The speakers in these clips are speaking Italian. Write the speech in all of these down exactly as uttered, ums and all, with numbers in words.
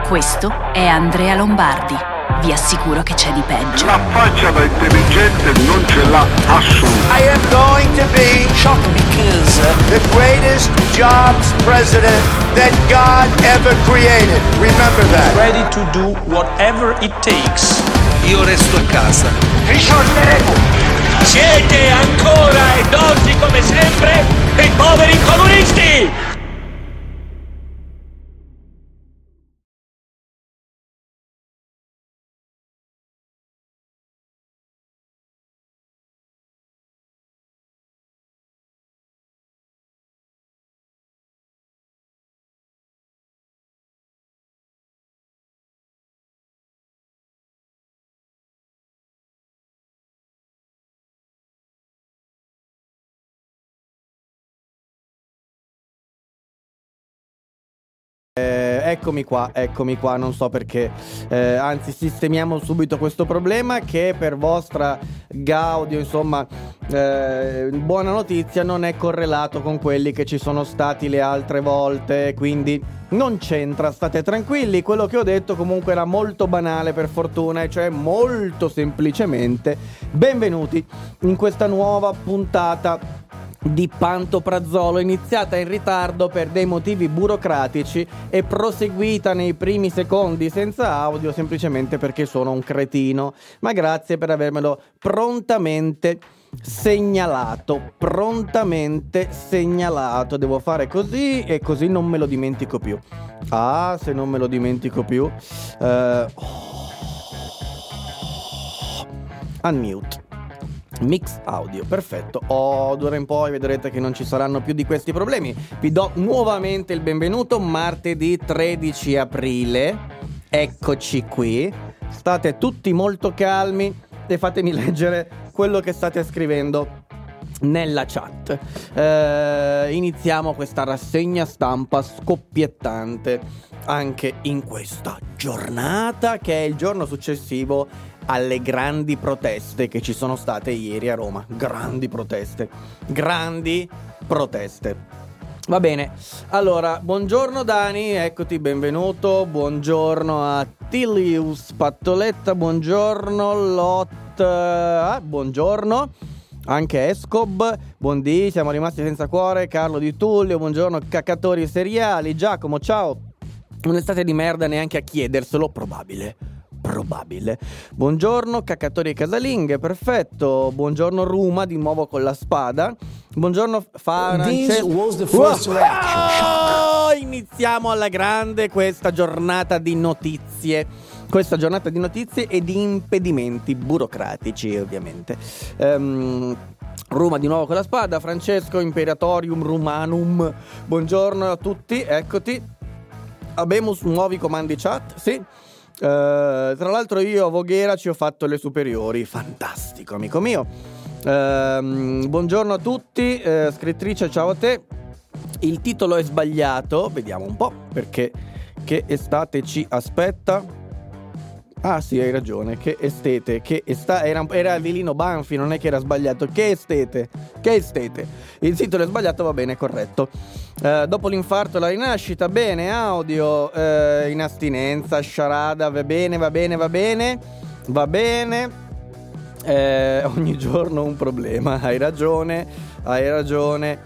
Questo è Andrea Lombardi. Vi assicuro che c'è di peggio. La faccia da intelligente non ce l'ha assolutamente. I am going to be shocked because the greatest jobs president that God ever created. Remember that. Ready to do whatever it takes. Io resto a casa. Risolveremo. Siete ancora ed oggi come sempre dei poveri comunisti! Eh, eccomi qua, eccomi qua, non so perché, eh, anzi sistemiamo subito questo problema che per vostra gaudio, insomma, eh, buona notizia, non è correlato con quelli che ci sono stati le altre volte, quindi non c'entra, state tranquilli, quello che ho detto comunque era molto banale per fortuna, e cioè molto semplicemente benvenuti in questa nuova puntata di Pantoprazolo, iniziata in ritardo per dei motivi burocratici e proseguita nei primi secondi senza audio semplicemente perché sono un cretino, ma grazie per avermelo prontamente segnalato, prontamente segnalato. Devo fare così e così non me lo dimentico più. Ah, se non me lo dimentico più, eh... unmute. Mix audio, perfetto. Oh, d'ora in poi vedrete che non ci saranno più di questi problemi. Vi do nuovamente il benvenuto martedì tredici aprile. Eccoci qui. State tutti molto calmi e fatemi leggere quello che state scrivendo nella chat. Eh, iniziamo questa rassegna stampa scoppiettante anche in questa giornata, che è il giorno successivo alle grandi proteste che ci sono state ieri a Roma. Grandi proteste, grandi proteste. Va bene, allora, buongiorno Dani, eccoti, benvenuto. Buongiorno a Tilius Pattoletta, buongiorno Lot, ah, buongiorno anche Escob, buondì, siamo rimasti senza cuore. Carlo Di Tullio, buongiorno Cacatori Seriali. Giacomo, ciao. Un'estate di merda neanche a chiederselo, probabile. Probabile. Buongiorno Cacatori e Casalinghe, perfetto. Buongiorno Ruma, di nuovo con la spada. Buongiorno Francesco. was the first reaction. Oh, iniziamo alla grande questa giornata di notizie. Questa giornata di notizie e di impedimenti burocratici, ovviamente. Um, Ruma di nuovo con la spada. Francesco Imperatorium Rumanum. Buongiorno a tutti, eccoti. Abbiamo nuovi comandi chat, sì. Uh, tra l'altro io a Voghera ci ho fatto le superiori. Fantastico, amico mio. Uh, buongiorno a tutti. uh, Scrittrice, ciao a te. Il titolo è sbagliato. Vediamo un po' perché. Che estate ci aspetta. Ah sì, hai ragione, che estete, che esta- era, era di Lino Banfi, non è che era sbagliato. Che estete, che estete. Il titolo è sbagliato, va bene, corretto. Uh, dopo l'infarto la rinascita, bene, audio, uh, in astinenza, sciarada, va bene, va bene, va bene, va bene. Eh, ogni giorno un problema, hai ragione, hai ragione.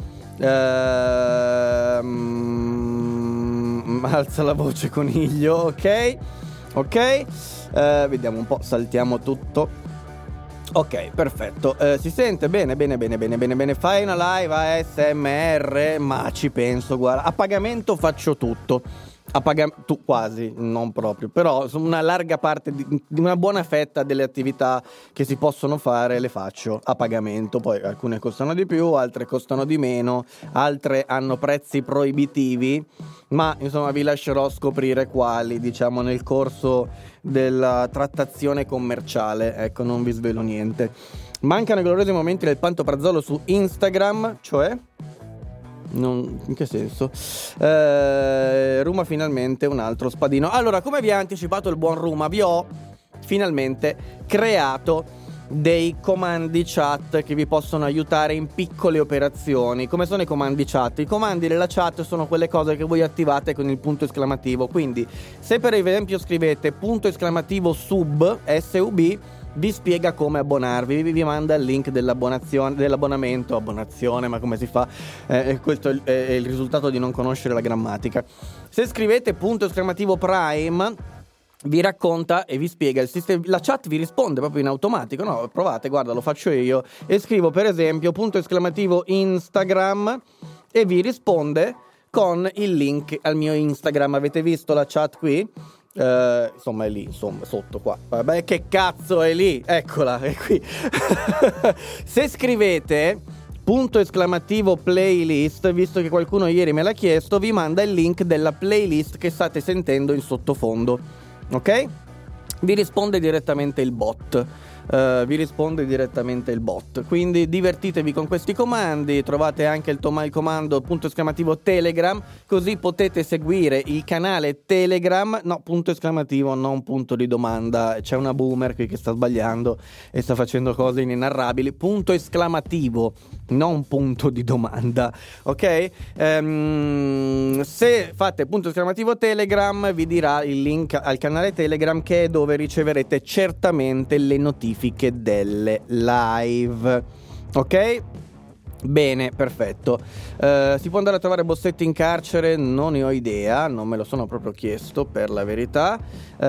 Uh, mm, alza la voce coniglio, ok, ok. Uh, vediamo un po', saltiamo tutto. Ok, perfetto. Uh, si sente bene, bene, bene, bene, bene, bene. Fai una live A S M R, ma ci penso, guarda. A pagamento faccio tutto. A pag- tu quasi, non proprio, però una larga parte di, di una buona fetta delle attività che si possono fare le faccio a pagamento. Poi alcune costano di più, altre costano di meno, altre hanno prezzi proibitivi, ma insomma vi lascerò scoprire quali, diciamo, nel corso della trattazione commerciale. Ecco, non vi svelo niente. Mancano i gloriosi momenti del Pantoprazolo su Instagram, cioè... Non, in che senso? Eh, Ruma finalmente un altro spadino. Allora, come vi ha anticipato il buon Ruma, vi ho finalmente creato dei comandi chat che vi possono aiutare in piccole operazioni. Come sono i comandi chat? I comandi della chat sono quelle cose che voi attivate con il punto esclamativo. Quindi se per esempio scrivete punto esclamativo sub, S U B, vi spiega come abbonarvi, vi, vi manda il link dell'abbonazione, dell'abbonamento, abbonazione, ma come si fa? Eh, questo è il, è il risultato di non conoscere la grammatica. Se scrivete punto esclamativo Prime, vi racconta e vi spiega il sistema. La chat vi risponde proprio in automatico. No, provate, guarda, lo faccio io. E scrivo per esempio punto esclamativo Instagram e vi risponde con il link al mio Instagram. Avete visto la chat qui? Uh, insomma è lì, insomma, sotto qua. Vabbè, che cazzo è lì? Eccola, è qui. Se scrivete punto esclamativo playlist, visto che qualcuno ieri me l'ha chiesto, vi manda il link della playlist che state sentendo in sottofondo. Ok? Vi risponde direttamente il bot. Uh, vi risponde direttamente il bot. Quindi divertitevi con questi comandi. Trovate anche il, tom- il comando punto esclamativo Telegram, così potete seguire il canale Telegram. No, punto esclamativo, non punto di domanda. C'è una boomer qui che sta sbagliando e sta facendo cose inenarrabili. Punto esclamativo, non punto di domanda. Ok? Um, se fate punto esclamativo Telegram, vi dirà il link al canale Telegram, che è dove riceverete certamente le notifiche delle live. Ok? Bene, perfetto. Uh, si può andare a trovare Bossetti in carcere? Non ne ho idea, non me lo sono proprio chiesto, per la verità. Uh,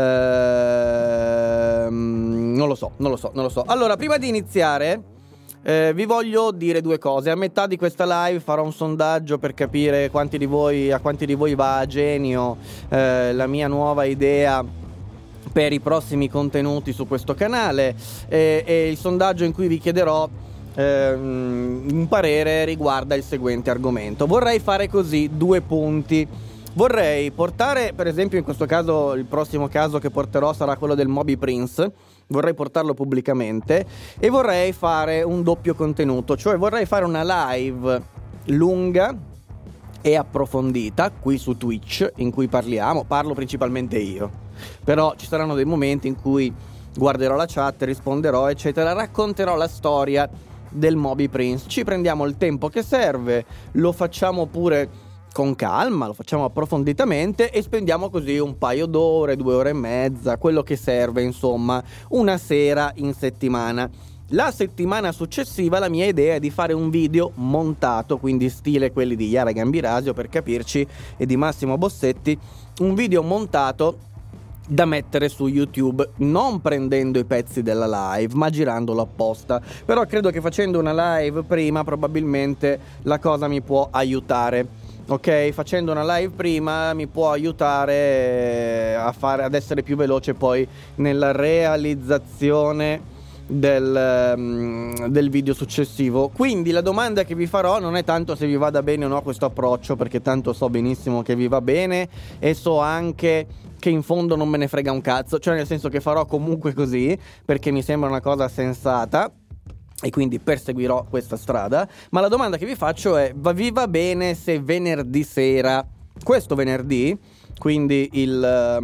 non lo so, non lo so, non lo so. Allora, prima di iniziare, eh, vi voglio dire due cose. A metà di questa live farò un sondaggio per capire quanti di voi, a quanti di voi va a genio eh, la mia nuova idea per i prossimi contenuti su questo canale, e, e il sondaggio in cui vi chiederò ehm, un parere riguarda il seguente argomento. Vorrei fare così due punti. Vorrei portare, per esempio, in questo caso, il prossimo caso che porterò sarà quello del Moby Prince. Vorrei portarlo pubblicamente e vorrei fare un doppio contenuto, cioè vorrei fare una live lunga e approfondita qui su Twitch, in cui parliamo, parlo principalmente io, però ci saranno dei momenti in cui guarderò la chat, risponderò eccetera, racconterò la storia del Moby Prince. Ci prendiamo il tempo che serve, lo facciamo pure con calma, lo facciamo approfonditamente e spendiamo così un paio d'ore, due ore e mezza, quello che serve, insomma, una sera in settimana. La settimana successiva la mia idea è di fare un video montato, quindi stile quelli di Yara Gambirasio, per capirci, e di Massimo Bossetti, un video montato da mettere su YouTube, non prendendo i pezzi della live, ma girandolo apposta. Però credo che facendo una live prima probabilmente la cosa mi può aiutare. Ok, facendo una live prima mi può aiutare a fare, ad essere più veloce poi nella realizzazione Del, um, del video successivo. Quindi la domanda che vi farò non è tanto se vi vada bene o no questo approccio, perché tanto so benissimo che vi va bene e so anche che in fondo non me ne frega un cazzo, cioè nel senso che farò comunque così perché mi sembra una cosa sensata e quindi perseguirò questa strada. Ma la domanda che vi faccio è: vi va bene se venerdì sera, questo venerdì, quindi il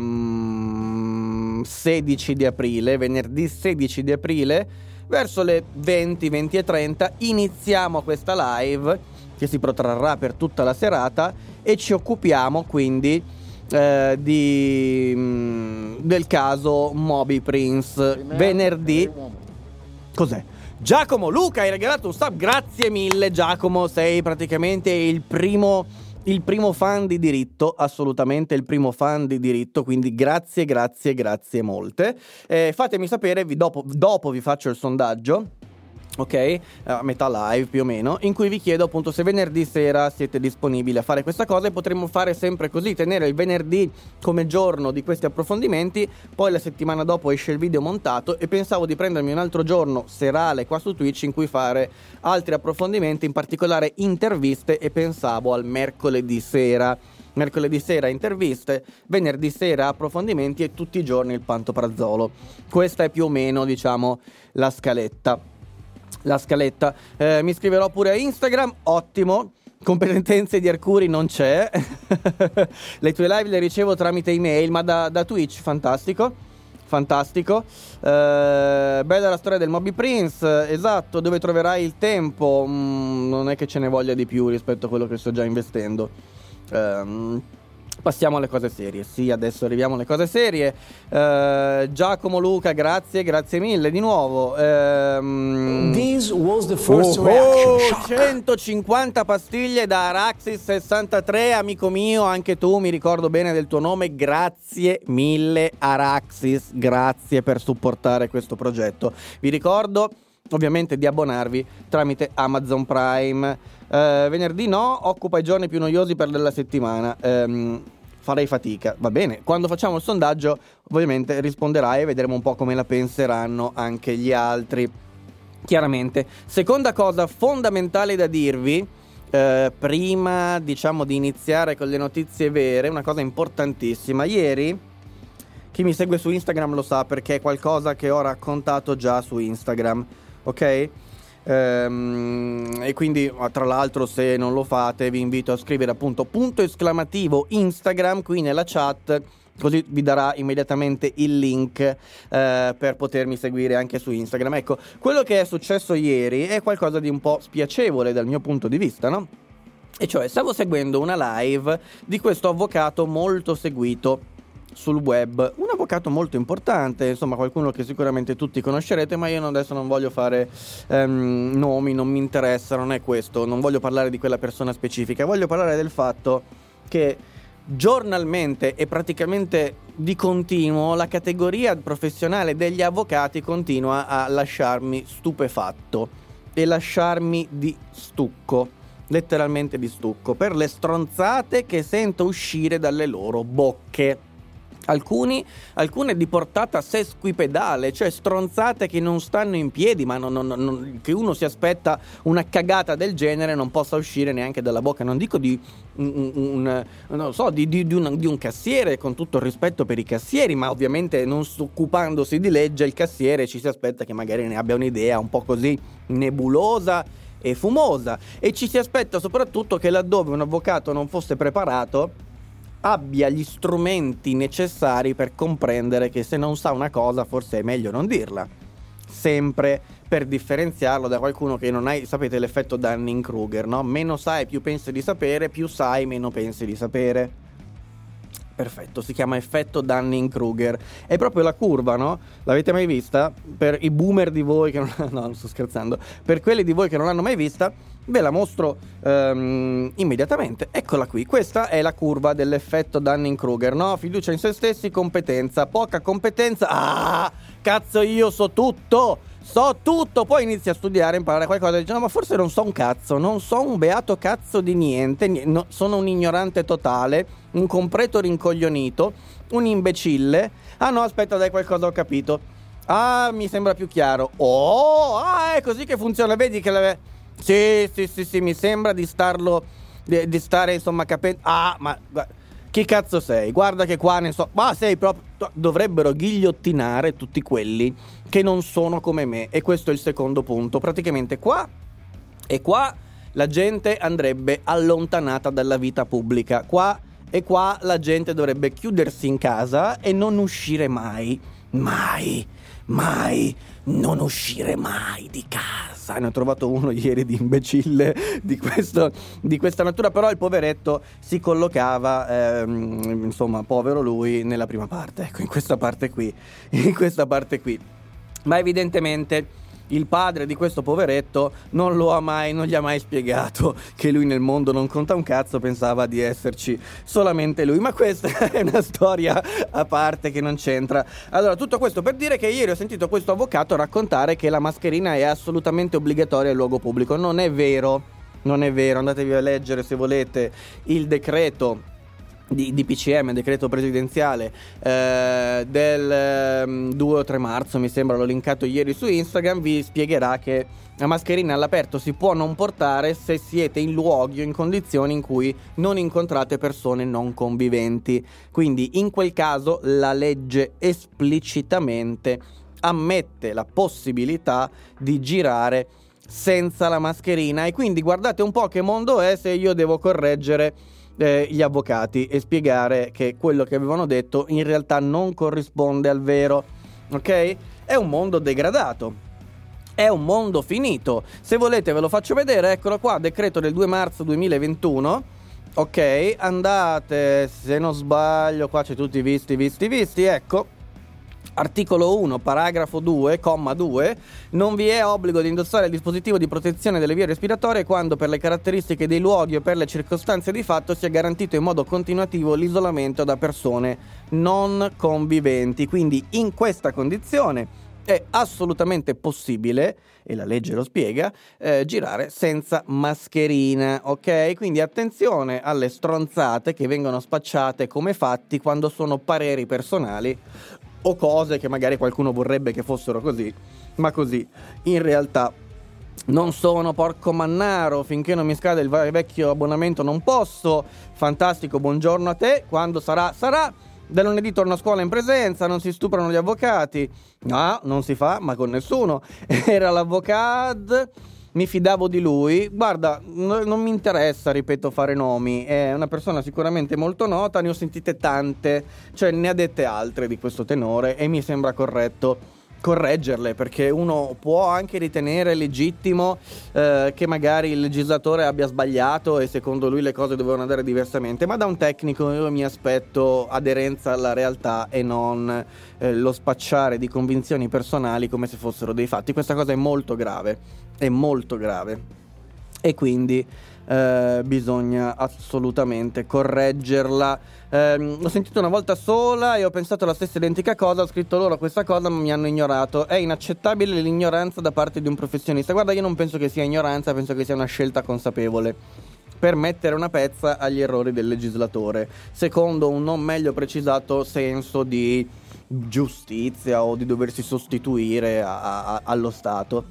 um, sedici di aprile, venerdì sedici di aprile, verso le venti, venti e trenta, iniziamo questa live che si protrarrà per tutta la serata e ci occupiamo quindi eh, di, mh, del caso Moby Prince. Prima, venerdì... Cos'è? Giacomo, Luca, hai regalato un sub, grazie mille Giacomo, sei praticamente il primo... il primo fan di diritto, assolutamente il primo fan di diritto, quindi grazie, grazie, grazie molte. Eh, fatemi sapere, vi dopo, dopo vi faccio il sondaggio, ok? A metà live più o meno, in cui vi chiedo appunto se venerdì sera siete disponibili a fare questa cosa, e potremmo fare sempre così, tenere il venerdì come giorno di questi approfondimenti, poi la settimana dopo esce il video montato, e pensavo di prendermi un altro giorno serale qua su Twitch in cui fare altri approfondimenti, in particolare interviste, e pensavo al mercoledì sera. Mercoledì sera interviste, venerdì sera approfondimenti e tutti i giorni il Pantoprazolo. Questa è più o meno, diciamo, la scaletta. La scaletta. Eh, mi iscriverò pure a Instagram, ottimo. Competenze di Arcuri non c'è. Le tue live le ricevo tramite email, ma da, da Twitch, fantastico. fantastico. Eh, bella la storia del Moby Prince, esatto, dove troverai il tempo? Mm, non è che ce ne voglia di più rispetto a quello che sto già investendo. Eh, Passiamo alle cose serie. Sì, adesso arriviamo alle cose serie. eh, Giacomo Luca, grazie, grazie mille di nuovo. ehm, This was the first oh, reaction. oh, Shock. centocinquanta pastiglie da Araxis sessantatré, amico mio, anche tu mi ricordo bene del tuo nome. Grazie mille Araxis, grazie per supportare questo progetto. Vi ricordo ovviamente di abbonarvi tramite Amazon Prime. Uh, venerdì no, occupa i giorni più noiosi per la settimana. Um, farei fatica, va bene. Quando facciamo il sondaggio ovviamente risponderai e vedremo un po' come la penseranno anche gli altri, chiaramente. Seconda cosa fondamentale da dirvi, uh, prima diciamo di iniziare con le notizie vere, una cosa importantissima. Ieri, chi mi segue su Instagram lo sa perché è qualcosa che ho raccontato già su Instagram, ok? Ehm, e quindi tra l'altro, se non lo fate, vi invito a scrivere appunto punto esclamativo Instagram qui nella chat, così vi darà immediatamente il link eh, per potermi seguire anche su Instagram. Ecco, quello che è successo ieri è qualcosa di un po' spiacevole dal mio punto di vista, no? E cioè, stavo seguendo una live di questo avvocato molto seguito sul web, un avvocato molto importante, insomma qualcuno che sicuramente tutti conoscerete, ma io adesso non voglio fare um, nomi, non mi interessa, non è questo, non voglio parlare di quella persona specifica, voglio parlare del fatto che giornalmente e praticamente di continuo la categoria professionale degli avvocati continua a lasciarmi stupefatto e lasciarmi di stucco, letteralmente di stucco, per le stronzate che sento uscire dalle loro bocche. Alcuni, alcune di portata sesquipedale, cioè stronzate che non stanno in piedi, ma non, non, non, che uno si aspetta una cagata del genere non possa uscire neanche dalla bocca. Non dico di un, un non so, di, di, di, un, di un cassiere, con tutto il rispetto per i cassieri, ma ovviamente non occupandosi di legge, il cassiere ci si aspetta che magari ne abbia un'idea un po' così nebulosa e fumosa, e ci si aspetta soprattutto che laddove un avvocato non fosse preparato abbia gli strumenti necessari per comprendere che se non sa una cosa forse è meglio non dirla, sempre per differenziarlo da qualcuno che non hai, sapete l'effetto Dunning-Kruger, no? Meno sai più pensi di sapere, più sai meno pensi di sapere. Perfetto, si chiama effetto Dunning-Kruger. È proprio la curva, no? L'avete mai vista? Per i boomer di voi che non... No, non sto scherzando. Per quelli di voi che non l'hanno mai vista, ve la mostro um, immediatamente. Eccola qui. Questa è la curva dell'effetto Dunning-Kruger, no? Fiducia in se stessi, competenza. Poca competenza. Ah, cazzo, io so tutto! So tutto! Poi inizi a studiare, imparare qualcosa e dici, no, ma forse non so un cazzo, non so un beato cazzo di niente, no, sono un ignorante totale, un completo rincoglionito, un imbecille. Ah no, aspetta, dai, qualcosa ho capito. Ah, mi sembra più chiaro. Oh, ah, è così che funziona, vedi che la... Sì, sì, sì, sì, mi sembra di starlo, di, di stare, insomma, capendo... Ah, ma... Chi cazzo sei? Guarda che qua ne so... Ma sei proprio... Dovrebbero ghigliottinare tutti quelli che non sono come me. E questo è il secondo punto. Praticamente qua e qua la gente andrebbe allontanata dalla vita pubblica. Qua e qua la gente dovrebbe chiudersi in casa e non uscire mai. Mai, mai, non uscire mai di casa. Ne ho trovato uno ieri di imbecille di, questo, di questa natura, però il poveretto si collocava, ehm, insomma, povero lui, nella prima parte, ecco, in questa parte qui, in questa parte qui. Ma evidentemente il padre di questo poveretto non lo ha mai, non gli ha mai spiegato che lui nel mondo non conta un cazzo, pensava di esserci solamente lui. Ma questa è una storia a parte che non c'entra. Allora, tutto questo per dire che ieri ho sentito questo avvocato raccontare che la mascherina è assolutamente obbligatoria al luogo pubblico. Non è vero, non è vero, andatevi a leggere se volete il decreto Di, di P C M, decreto presidenziale eh, del eh, due o tre marzo, mi sembra, l'ho linkato ieri su Instagram. Vi spiegherà che la mascherina all'aperto si può non portare se siete in luoghi o in condizioni in cui non incontrate persone non conviventi. Quindi in quel caso la legge esplicitamente ammette la possibilità di girare senza la mascherina, e quindi guardate un po' che mondo è se io devo correggere Eh, gli avvocati e spiegare che quello che avevano detto in realtà non corrisponde al vero. ok? È un mondo degradato, è un mondo finito. Se volete ve lo faccio vedere, eccolo qua, decreto del due marzo duemilaventuno, ok? Andate, se non sbaglio, qua c'è tutti visti, visti, visti, ecco. Articolo uno, paragrafo due, comma due, non vi è obbligo di indossare il dispositivo di protezione delle vie respiratorie quando per le caratteristiche dei luoghi o per le circostanze di fatto sia garantito in modo continuativo l'isolamento da persone non conviventi. Quindi in questa condizione è assolutamente possibile, e la legge lo spiega, eh, girare senza mascherina, ok? Quindi attenzione alle stronzate che vengono spacciate come fatti quando sono pareri personali o cose che magari qualcuno vorrebbe che fossero così, ma così in realtà non sono. Porco mannaro, finché non mi scade il vecchio abbonamento non posso. Fantastico, buongiorno a te, quando sarà sarà. Da lunedì torno a scuola in presenza, non si stuprano gli avvocati. No, non si fa, ma con nessuno. Era l'avvocato, mi fidavo di lui. Guarda, n- non mi interessa, ripeto, fare nomi. È una persona sicuramente molto nota, ne ho sentite tante, cioè ne ha dette altre di questo tenore e mi sembra corretto correggerle, perché uno può anche ritenere legittimo eh, che magari il legislatore abbia sbagliato e secondo lui le cose dovevano andare diversamente, ma da un tecnico io mi aspetto aderenza alla realtà e non eh, lo spacciare di convinzioni personali come se fossero dei fatti. Questa cosa è molto grave, è molto grave e quindi eh, bisogna assolutamente correggerla. Eh, ho sentito una volta sola e ho pensato la stessa identica cosa, ho scritto loro questa cosa ma mi hanno ignorato. È inaccettabile l'ignoranza da parte di un professionista. Guarda, io non penso che sia ignoranza, penso che sia una scelta consapevole per mettere una pezza agli errori del legislatore, secondo un non meglio precisato senso di giustizia o di doversi sostituire a, a, allo Stato.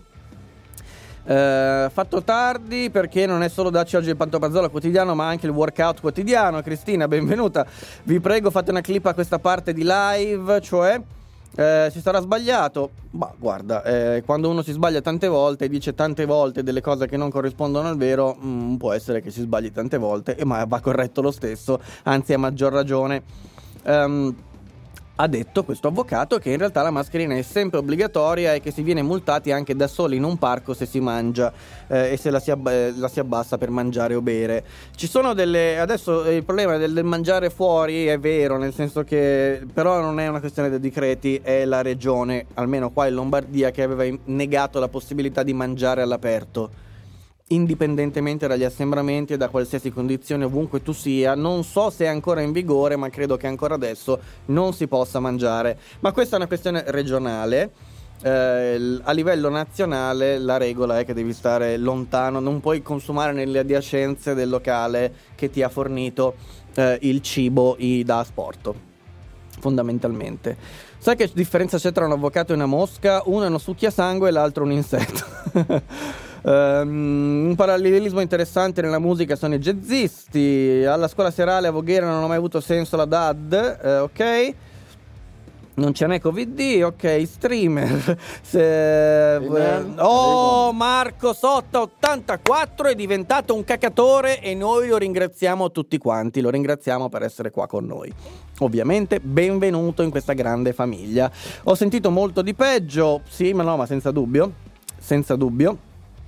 Uh, fatto tardi perché non è solo darci oggi il pantoprazzola quotidiano ma anche il workout quotidiano. Cristina, benvenuta. Vi prego fate una clip a questa parte di live, cioè uh, si sarà sbagliato. Ma guarda, eh, quando uno si sbaglia tante volte e dice tante volte delle cose che non corrispondono al vero, mh, può essere che si sbagli tante volte, e ma va corretto lo stesso, anzi a maggior ragione. um, Ha detto questo avvocato che in realtà la mascherina è sempre obbligatoria e che si viene multati anche da soli in un parco se si mangia eh, e se la si, ab- la si abbassa per mangiare o bere. Ci sono delle... Adesso il problema del, del mangiare fuori è vero, nel senso che però non è una questione dei decreti, è la regione, almeno qua in Lombardia, che aveva negato la possibilità di mangiare all'aperto, indipendentemente dagli assembramenti e da qualsiasi condizione ovunque tu sia. Non so se è ancora in vigore, ma credo che ancora adesso non si possa mangiare, ma questa è una questione regionale. Eh, a livello nazionale la regola è che devi stare lontano, non puoi consumare nelle adiacenze del locale che ti ha fornito eh, il cibo i, da asporto, fondamentalmente. Sai che differenza c'è tra un avvocato e una mosca? Uno è uno succhiasangue e l'altro un insetto. Um, un parallelismo interessante nella musica sono i jazzisti. Alla scuola serale a Voghera non ho mai avuto senso la D A D, eh, ok? Non ce n'è Covid D, ok, streamer. Se... Oh, Marco Sotta ottantaquattro è diventato un cacatore e noi lo ringraziamo tutti quanti, lo ringraziamo per essere qua con noi. Ovviamente, benvenuto in questa grande famiglia. Ho sentito molto di peggio, sì, ma no, ma senza dubbio, senza dubbio.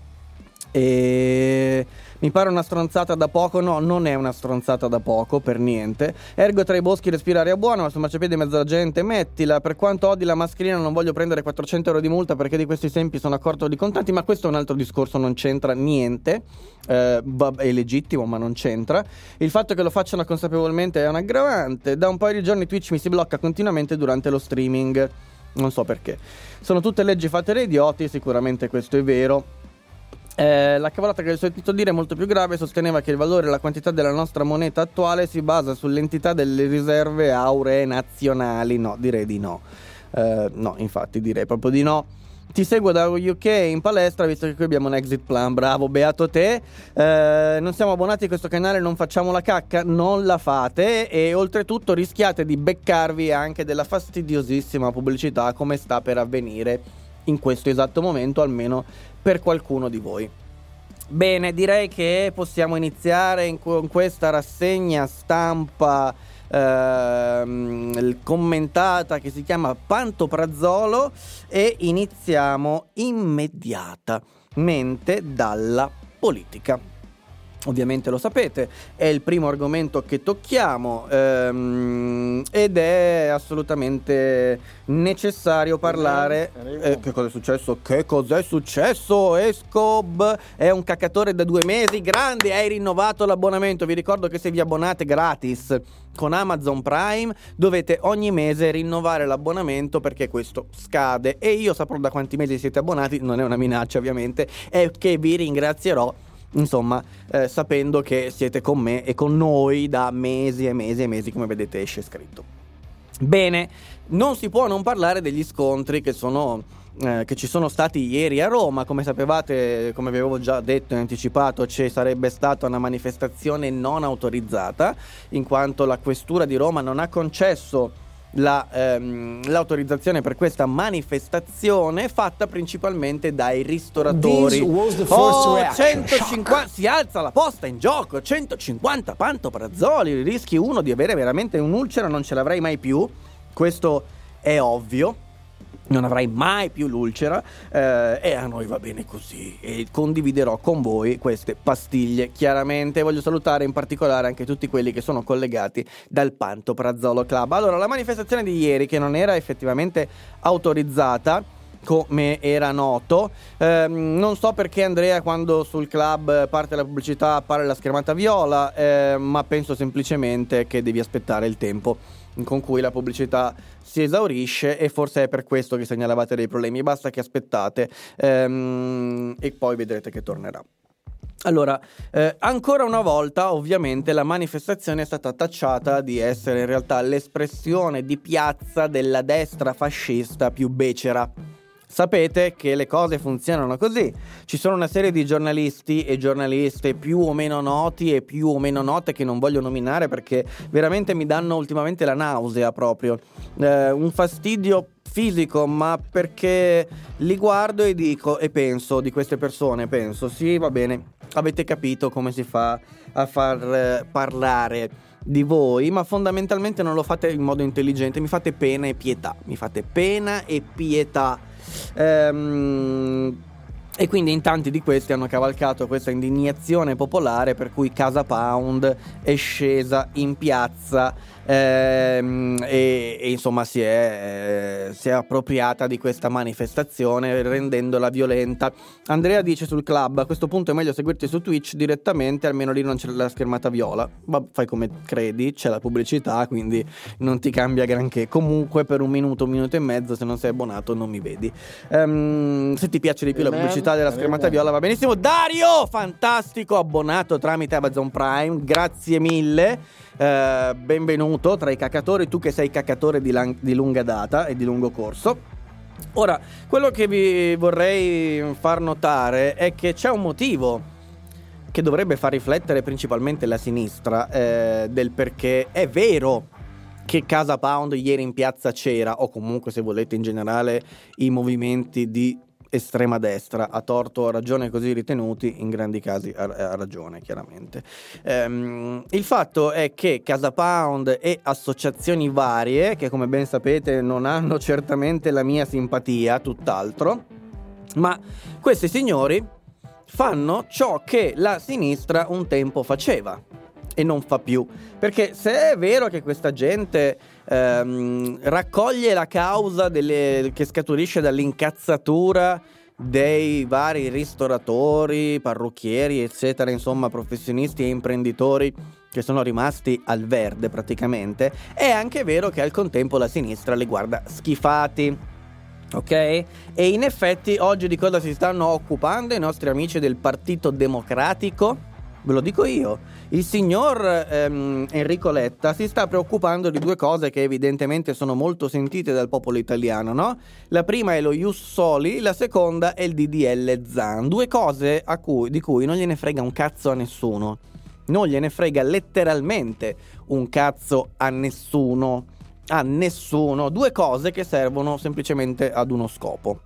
E mi pare una stronzata da poco. No, non è una stronzata da poco per niente. Ergo tra i boschi respira aria buona, ma sul marciapiede in mezzo alla gente mettila. Per quanto odi la mascherina non voglio prendere quattrocento euro di multa perché di questi tempi sono a corto di contanti, ma questo è un altro discorso, non c'entra niente. eh, è legittimo ma non c'entra. Il fatto che lo facciano consapevolmente è un aggravante. Da un paio di giorni Twitch mi si blocca continuamente durante lo streaming, non so perché. Sono tutte leggi fatte da idioti, sicuramente questo è vero. Eh, la cavolata che ho sentito dire è molto più grave. Sosteneva che il valore e la quantità della nostra moneta attuale si basa sull'entità delle riserve auree nazionali. No, direi di no. Eh, no, infatti direi proprio di no. Ti seguo da U K in palestra, visto che qui abbiamo un exit plan. Bravo, beato te. Eh, non siamo abbonati a questo canale, non facciamo la cacca, non la fate. E oltretutto rischiate di beccarvi anche della fastidiosissima pubblicità, come sta per avvenire in questo esatto momento, almeno per qualcuno di voi. Bene, direi che possiamo iniziare in, con questa rassegna stampa ehm, commentata che si chiama Pantoprazolo, e iniziamo immediatamente dalla politica. Ovviamente lo sapete, è il primo argomento che tocchiamo ehm, ed è assolutamente necessario parlare. Eh, che cosa è successo? Che cos'è successo? Escob è un cacatore da due mesi, grande, hai rinnovato l'abbonamento. Vi ricordo che se vi abbonate gratis con Amazon Prime dovete ogni mese rinnovare l'abbonamento, perché questo scade, e io saprò da quanti mesi siete abbonati, non è una minaccia ovviamente, è che vi ringrazierò. Insomma, eh, sapendo che siete con me e con noi da mesi e mesi e mesi, come vedete esce scritto. Bene, non si può non parlare degli scontri che sono eh, che ci sono stati ieri a Roma. Come sapevate, come vi avevo già detto in anticipato, ci sarebbe stata una manifestazione non autorizzata, in quanto la questura di Roma non ha concesso La, ehm, l'autorizzazione per questa manifestazione, fatta principalmente dai ristoratori. Oh, centocinquanta, si alza la posta in gioco, centocinquanta pantoprazoli, rischi uno di avere veramente un'ulcera, non ce l'avrai mai più, questo è ovvio. Non avrai mai più l'ulcera, eh, e a noi va bene così, e condividerò con voi queste pastiglie. Chiaramente voglio salutare in particolare anche tutti quelli che sono collegati dal Pantoprazolo Club. Allora, la manifestazione di ieri, che non era effettivamente autorizzata come era noto, ehm, non so perché Andrea, quando sul club parte la pubblicità, appare la schermata viola, eh, ma penso semplicemente che devi aspettare il tempo con cui la pubblicità si esaurisce, e forse è per questo che segnalavate dei problemi. Basta che aspettate ehm, e poi vedrete che tornerà. Allora, eh, ancora una volta ovviamente la manifestazione è stata tacciata di essere in realtà l'espressione di piazza della destra fascista più becera. Sapete che le cose funzionano così. Ci sono una serie di giornalisti e giornaliste più o meno noti e più o meno note, che non voglio nominare perché veramente mi danno ultimamente la nausea proprio, eh, un fastidio fisico, ma perché li guardo e dico e penso di queste persone, penso sì, va bene, avete capito come si fa a far eh, parlare di voi, ma fondamentalmente non lo fate in modo intelligente, mi fate pena e pietà, mi fate pena e pietà. Ehm, e quindi in tanti di questi hanno cavalcato questa indignazione popolare, per cui Casa Pound è scesa in piazza ehm, e, e insomma si è, eh, si è appropriata di questa manifestazione rendendola violenta. Andrea dice sul club: a questo punto è meglio seguirti su Twitch direttamente, almeno lì non c'è la schermata viola. Ma fai come credi, c'è la pubblicità, quindi non ti cambia granché. Comunque per un minuto, un minuto e mezzo, se non sei abbonato non mi vedi. Um, se ti piace di più la pubblicità della schermata viola va benissimo. Dario, fantastico, abbonato tramite Amazon Prime, grazie mille, uh, benvenuto tra i cacatori, tu che sei cacatore di, lang- di lunga data e di lungo corso. Ora, quello che vi vorrei far notare è che c'è un motivo che dovrebbe far riflettere principalmente la sinistra, eh, del perché è vero che Casa Pound ieri in piazza c'era, o comunque, se volete, in generale i movimenti di estrema destra, a torto o a ragione così ritenuti, in grandi casi ha, ha ragione chiaramente. Ehm, il fatto è che Casa Pound e associazioni varie, che come ben sapete non hanno certamente la mia simpatia, tutt'altro, ma questi signori fanno ciò che la sinistra un tempo faceva e non fa più, perché se è vero che questa gente ehm, raccoglie la causa delle, che scaturisce dall'incazzatura dei vari ristoratori, parrucchieri, eccetera, insomma professionisti e imprenditori che sono rimasti al verde praticamente, è anche vero che al contempo la sinistra li guarda schifati. Ok? E in effetti oggi di cosa si stanno occupando i nostri amici del Partito Democratico? Ve lo dico io, il signor ehm, Enrico Letta si sta preoccupando di due cose che evidentemente sono molto sentite dal popolo italiano, no? La prima è lo Ius Soli, la seconda è il D D L Zan, due cose a cui, di cui non gliene frega un cazzo a nessuno, non gliene frega letteralmente un cazzo a nessuno, a nessuno, due cose che servono semplicemente ad uno scopo: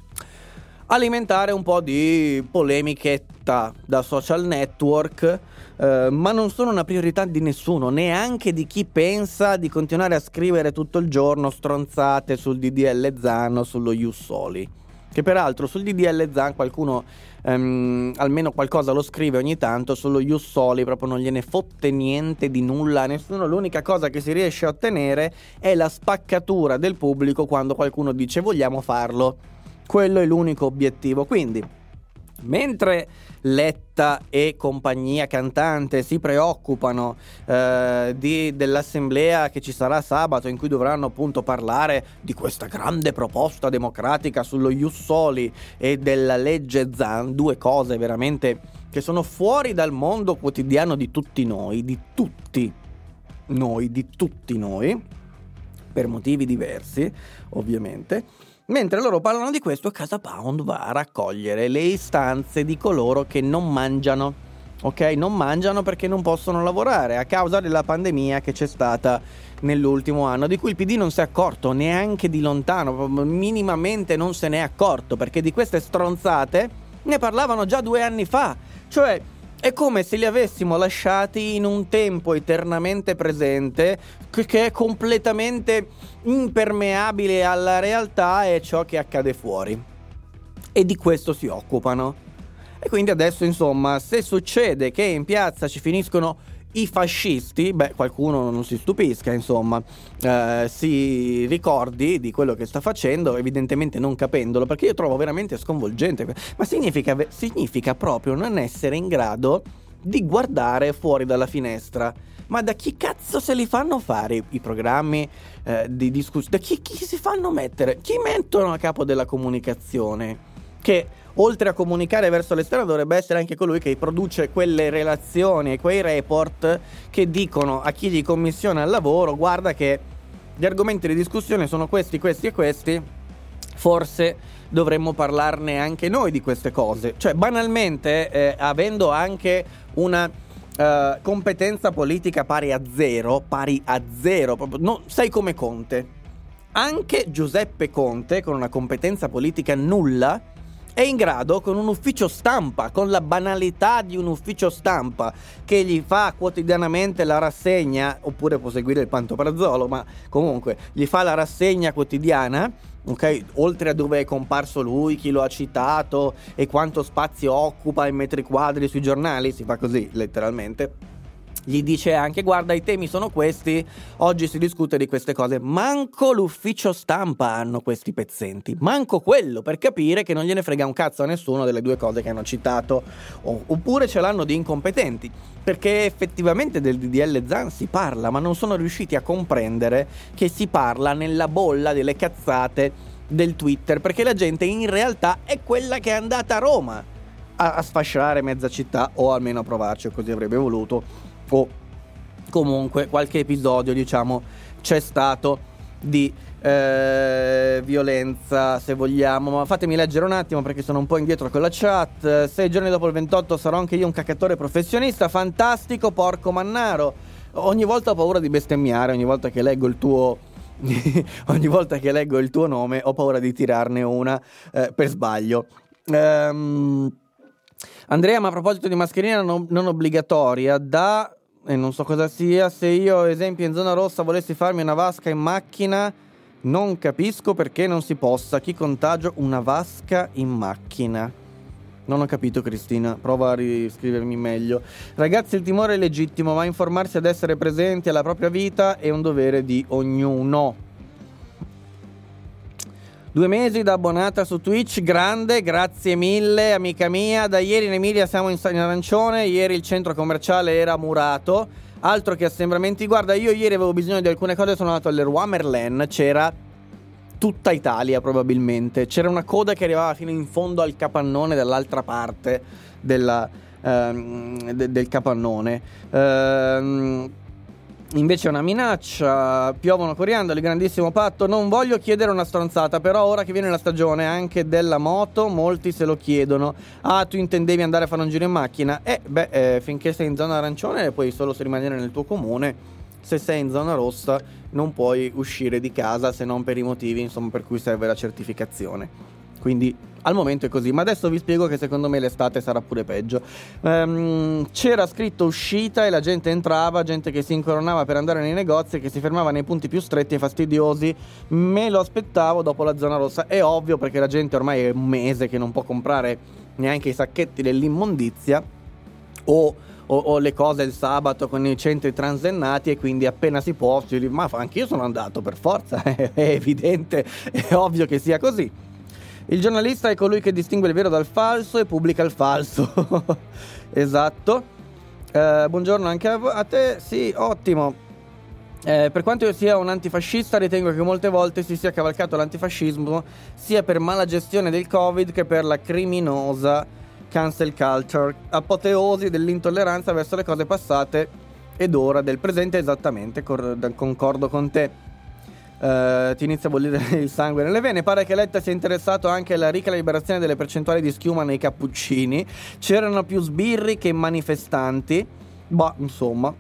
alimentare un po' di polemichetta da social network, eh, ma non sono una priorità di nessuno, neanche di chi pensa di continuare a scrivere tutto il giorno stronzate sul D D L Zan o sullo Ius Soli, che peraltro sul D D L Zan qualcuno ehm, almeno qualcosa lo scrive ogni tanto, sullo Ius Soli proprio non gliene fotte niente di nulla a nessuno. L'unica cosa che si riesce a ottenere è la spaccatura del pubblico quando qualcuno dice vogliamo farlo. Quello è l'unico obiettivo. Quindi mentre Letta e compagnia cantante si preoccupano eh, di, dell'assemblea che ci sarà sabato, in cui dovranno appunto parlare di questa grande proposta democratica sullo Ius Soli e della legge Zan, due cose veramente che sono fuori dal mondo quotidiano di tutti noi, di tutti noi, di tutti noi, per motivi diversi ovviamente. Mentre loro parlano di questo, Casa Pound va a raccogliere le istanze di coloro che non mangiano, ok? Non mangiano perché non possono lavorare a causa della pandemia che c'è stata nell'ultimo anno, di cui il P D non si è accorto neanche di lontano, minimamente non se n'è accorto, perché di queste stronzate ne parlavano già due anni fa. Cioè è come se li avessimo lasciati in un tempo eternamente presente che è completamente impermeabile alla realtà e ciò che accade fuori, e di questo si occupano. E quindi adesso, insomma, se succede che in piazza ci finiscono i fascisti, beh, qualcuno non si stupisca, insomma, eh, si ricordi di quello che sta facendo, evidentemente non capendolo, perché io trovo veramente sconvolgente. Ma significa, significa proprio non essere in grado di guardare fuori dalla finestra. Ma da chi cazzo se li fanno fare i, i programmi eh, di discussione? Da chi, chi si fanno mettere? Chi mettono a capo della comunicazione? Che oltre a comunicare verso l'esterno dovrebbe essere anche colui che produce quelle relazioni e quei report che dicono a chi gli commissiona il lavoro: guarda che gli argomenti di discussione sono questi, questi e questi, forse dovremmo parlarne anche noi di queste cose. Cioè banalmente eh, avendo anche una Uh, competenza politica pari a zero, pari a zero, proprio, no, sei come Conte. Anche Giuseppe Conte, con una competenza politica nulla, è in grado, con un ufficio stampa, con la banalità di un ufficio stampa che gli fa quotidianamente la rassegna, oppure può seguire il pantoprazolo, ma comunque gli fa la rassegna quotidiana, ok? Oltre a dove è comparso lui, chi lo ha citato e quanto spazio occupa in metri quadri sui giornali, si fa così letteralmente. Gli dice anche: guarda, i temi sono questi, oggi si discute di queste cose. Manco l'ufficio stampa hanno questi pezzenti, manco quello, per capire che non gliene frega un cazzo a nessuno delle due cose che hanno citato, oppure ce l'hanno di incompetenti, perché effettivamente del D D L Zan si parla, ma non sono riusciti a comprendere che si parla nella bolla delle cazzate del Twitter, perché la gente in realtà è quella che è andata a Roma a, a sfasciare mezza città, o almeno a provarci, o così avrebbe voluto, o comunque qualche episodio, diciamo, c'è stato di eh, violenza, se vogliamo. Ma fatemi leggere un attimo, perché sono un po' indietro con la chat. Sei giorni dopo il ventotto sarò anche io un caccatore professionista. Fantastico, porco mannaro. Ogni volta ho paura di bestemmiare, ogni volta che leggo il tuo ogni volta che leggo il tuo nome ho paura di tirarne una eh, per sbaglio. ehm Andrea, ma a proposito di mascherina non, non obbligatoria, da e non so cosa sia, se io esempio in zona rossa volessi farmi una vasca in macchina, non capisco perché non si possa. Chi contagio una vasca in macchina? Non ho capito, Cristina, prova a riscrivermi meglio. Ragazzi, il timore è legittimo, ma informarsi ad essere presenti alla propria vita è un dovere di ognuno. Due mesi da abbonata su Twitch, grande, grazie mille amica mia. Da ieri in Emilia siamo in arancione, ieri il centro commerciale era murato, altro che assembramenti. Guarda, io ieri avevo bisogno di alcune cose, sono andato all'Leroy Merlin, c'era tutta Italia probabilmente, c'era una coda che arrivava fino in fondo al capannone dall'altra parte della, ehm, de- del capannone. Ehm... Invece è una minaccia, piovono coriandoli, grandissimo patto. Non voglio chiedere una stronzata, però ora che viene la stagione anche della moto, molti se lo chiedono. Ah, tu intendevi andare a fare un giro in macchina? Eh, beh, eh, finché sei in zona arancione puoi solo se rimanere nel tuo comune. Se sei in zona rossa non puoi uscire di casa, se non per i motivi, insomma, per cui serve la certificazione. Quindi al momento è così, ma adesso vi spiego che secondo me l'estate sarà pure peggio. Um, c'era scritto uscita e la gente entrava, gente che si incoronava per andare nei negozi e che si fermava nei punti più stretti e fastidiosi. Me lo aspettavo dopo la zona rossa, è ovvio, perché la gente ormai è un mese che non può comprare neanche i sacchetti dell'immondizia o, o, o le cose il sabato con i centri transennati, e quindi appena si può si... ma anche io sono andato per forza, è evidente, è ovvio che sia così. Il giornalista è colui che distingue il vero dal falso e pubblica il falso. Esatto. Eh, buongiorno anche a, a te. Sì, ottimo. Eh, per quanto io sia un antifascista, ritengo che molte volte si sia cavalcato l'antifascismo sia per mala gestione del Covid che per la criminosa cancel culture, apoteosi dell'intolleranza verso le cose passate ed ora del presente. Esattamente, cor- concordo con te. Uh, ti inizia a bollire il sangue nelle vene. Pare che Letta sia interessato anche alla ricalibrazione delle percentuali di schiuma nei cappuccini. C'erano più sbirri che manifestanti. Bah, insomma,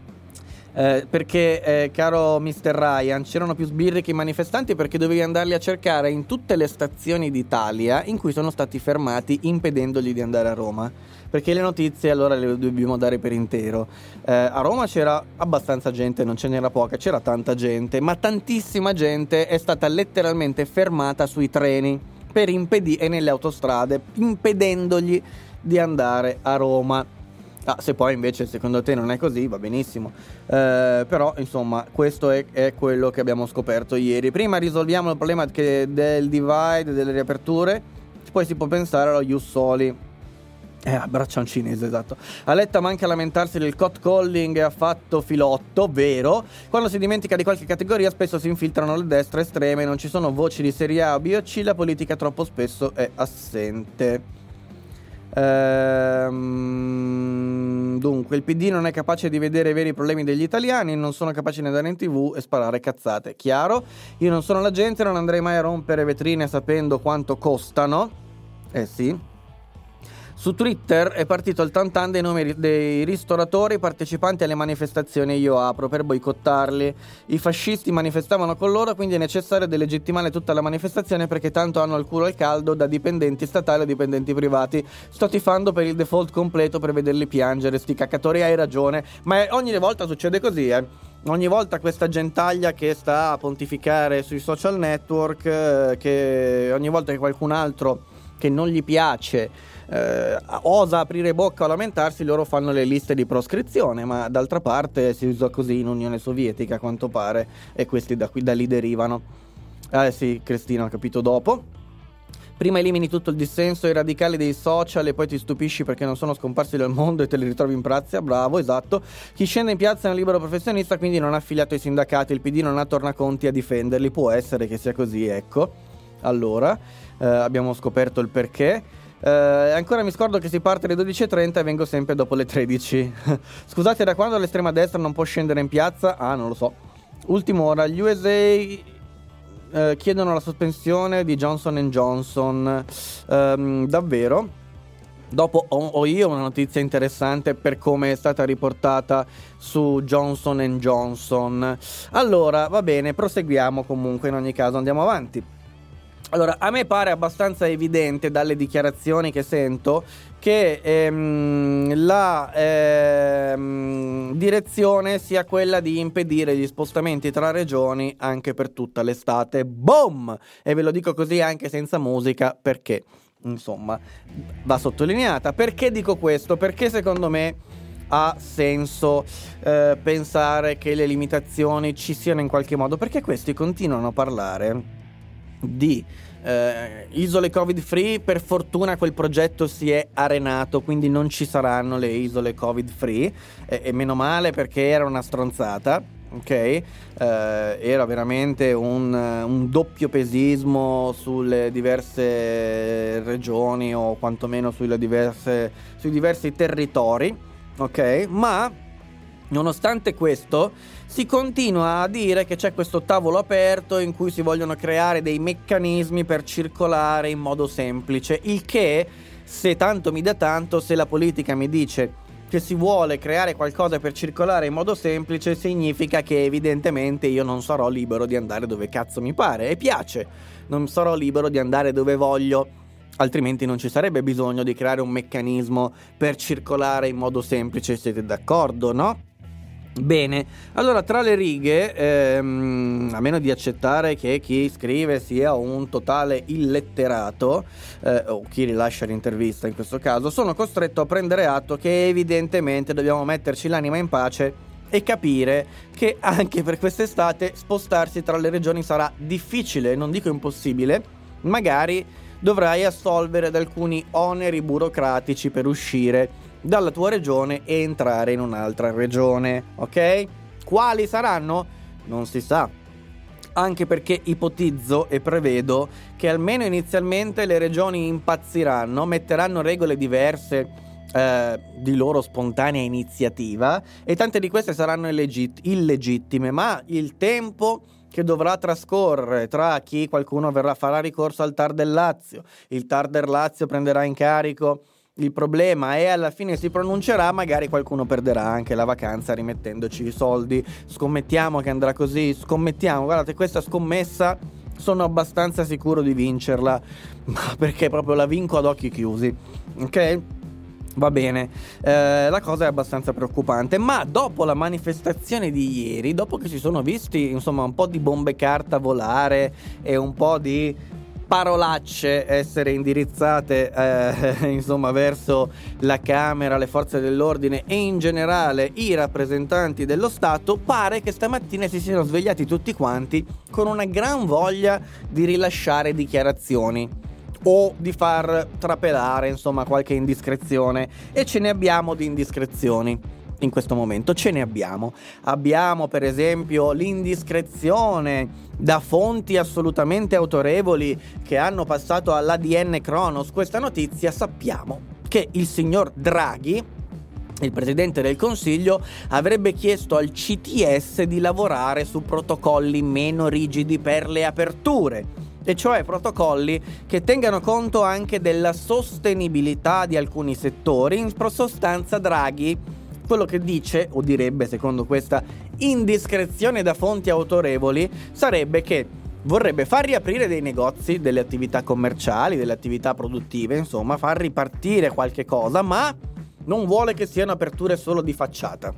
eh, perché eh, caro mister Ryan, c'erano più sbirri che manifestanti perché dovevi andarli a cercare in tutte le stazioni d'Italia in cui sono stati fermati, impedendogli di andare a Roma. Perché le notizie allora le dobbiamo dare per intero. Eh, a Roma c'era abbastanza gente, non ce n'era poca, c'era tanta gente, ma tantissima gente è stata letteralmente fermata sui treni per impedire, e nelle autostrade, impedendogli di andare a Roma. Ah, se poi invece secondo te non è così, va benissimo. Eh, però insomma, questo è, è quello che abbiamo scoperto ieri. Prima risolviamo il problema che del divide, delle riaperture, poi si può pensare allo ius soli. Eh, abbraccia un cinese, esatto. A Letta manca a lamentarsi del catcalling e ha fatto filotto, vero? Quando si dimentica di qualche categoria spesso si infiltrano le destre estreme, non ci sono voci di serie A o B o C, la politica troppo spesso è assente. Ehm, dunque, il P D non è capace di vedere i veri problemi degli italiani, non sono capaci di andare in tv e sparare cazzate. Chiaro? Io non sono la gente, non andrei mai a rompere vetrine sapendo quanto costano. Eh sì. Su Twitter è partito il tantan dei nomi dei ristoratori partecipanti alle manifestazioni Io Apro per boicottarli. I fascisti manifestavano con loro, quindi è necessario delegittimare tutta la manifestazione perché tanto hanno il culo al caldo da dipendenti statali o dipendenti privati. Sto tifando per il default completo per vederli piangere, sti caccatori, hai ragione. Ma ogni volta succede così, eh. Ogni volta questa gentaglia che sta a pontificare sui social network, eh, che ogni volta che qualcun altro che non gli piace Eh, osa aprire bocca o lamentarsi, loro fanno le liste di proscrizione, ma d'altra parte si usa così in Unione Sovietica a quanto pare, e questi da, qui, da lì derivano. Eh sì, Cristina, ho capito dopo. Prima elimini tutto il dissenso e i radicali dei social e poi ti stupisci perché non sono scomparsi dal mondo e te li ritrovi in piazza. Bravo, esatto. Chi scende in piazza è un libero professionista, quindi non ha affiliato ai sindacati, il P D non ha tornaconti a difenderli. Può essere che sia così, ecco. Allora, eh, abbiamo scoperto il perché. Uh, ancora mi scordo che si parte alle dodici e trenta e vengo sempre dopo le tredici. Scusate, da quando l'estrema destra non può scendere in piazza? Ah, non lo so. Ultima ora, gli U S A uh, chiedono la sospensione di Johnson and Johnson. Um, davvero? Dopo ho, ho io una notizia interessante per come è stata riportata su Johnson and Johnson. Allora, va bene, proseguiamo comunque, in ogni caso andiamo avanti. Allora, a me pare abbastanza evidente dalle dichiarazioni che sento che ehm, la ehm, direzione sia quella di impedire gli spostamenti tra regioni anche per tutta l'estate. Boom! E ve lo dico così anche senza musica perché, insomma, va sottolineata. Perché dico questo? Perché secondo me ha senso eh, pensare che le limitazioni ci siano in qualche modo, perché questi continuano a parlare di eh, isole covid free. Per fortuna quel progetto si è arenato, quindi non ci saranno le isole covid free, e, e meno male, perché era una stronzata, ok? Eh, era veramente un, un doppio pesismo sulle diverse regioni o quantomeno sulle diverse, sui diversi territori, ok? Ma nonostante questo si continua a dire che c'è questo tavolo aperto in cui si vogliono creare dei meccanismi per circolare in modo semplice, il che, se tanto mi dà tanto, se la politica mi dice che si vuole creare qualcosa per circolare in modo semplice, significa che evidentemente io non sarò libero di andare dove cazzo mi pare e piace, non sarò libero di andare dove voglio, altrimenti non ci sarebbe bisogno di creare un meccanismo per circolare in modo semplice, siete d'accordo, no? Bene, allora tra le righe, ehm, a meno di accettare che chi scrive sia un totale illetterato, eh, o chi rilascia l'intervista in questo caso, sono costretto a prendere atto che evidentemente dobbiamo metterci l'anima in pace e capire che anche per quest'estate spostarsi tra le regioni sarà difficile, non dico impossibile, magari dovrai assolvere ad alcuni oneri burocratici per uscire dalla tua regione e entrare in un'altra regione, ok? Quali saranno? Non si sa, anche perché ipotizzo e prevedo che almeno inizialmente le regioni impazziranno, metteranno regole diverse eh, di loro spontanea iniziativa e tante di queste saranno illegit- illegittime, ma il tempo che dovrà trascorrere tra chi qualcuno verrà farà ricorso al TAR del Lazio, il TAR del Lazio prenderà in carico il problema e alla fine si pronuncerà, magari qualcuno perderà anche la vacanza rimettendoci i soldi, scommettiamo che andrà così, scommettiamo, guardate, questa scommessa sono abbastanza sicuro di vincerla, ma perché proprio la vinco ad occhi chiusi, ok? Va bene, eh, la cosa è abbastanza preoccupante, ma dopo la manifestazione di ieri, dopo che si sono visti insomma un po' di bombe carta volare e un po' di parolacce essere indirizzate eh, insomma verso la Camera, le forze dell'ordine e in generale i rappresentanti dello Stato, pare che stamattina si siano svegliati tutti quanti con una gran voglia di rilasciare dichiarazioni o di far trapelare insomma qualche indiscrezione, e ce ne abbiamo di indiscrezioni. In questo momento ce ne abbiamo. Abbiamo per esempio l'indiscrezione da fonti assolutamente autorevoli che hanno passato all'A D N Kronos questa notizia. Sappiamo che il signor Draghi, il Presidente del Consiglio, avrebbe chiesto al C T S di lavorare su protocolli meno rigidi per le aperture, e cioè protocolli che tengano conto anche della sostenibilità di alcuni settori. In sostanza Draghi quello che dice, o direbbe secondo questa indiscrezione da fonti autorevoli, sarebbe che vorrebbe far riaprire dei negozi, delle attività commerciali, delle attività produttive, insomma far ripartire qualche cosa, ma non vuole che siano aperture solo di facciata.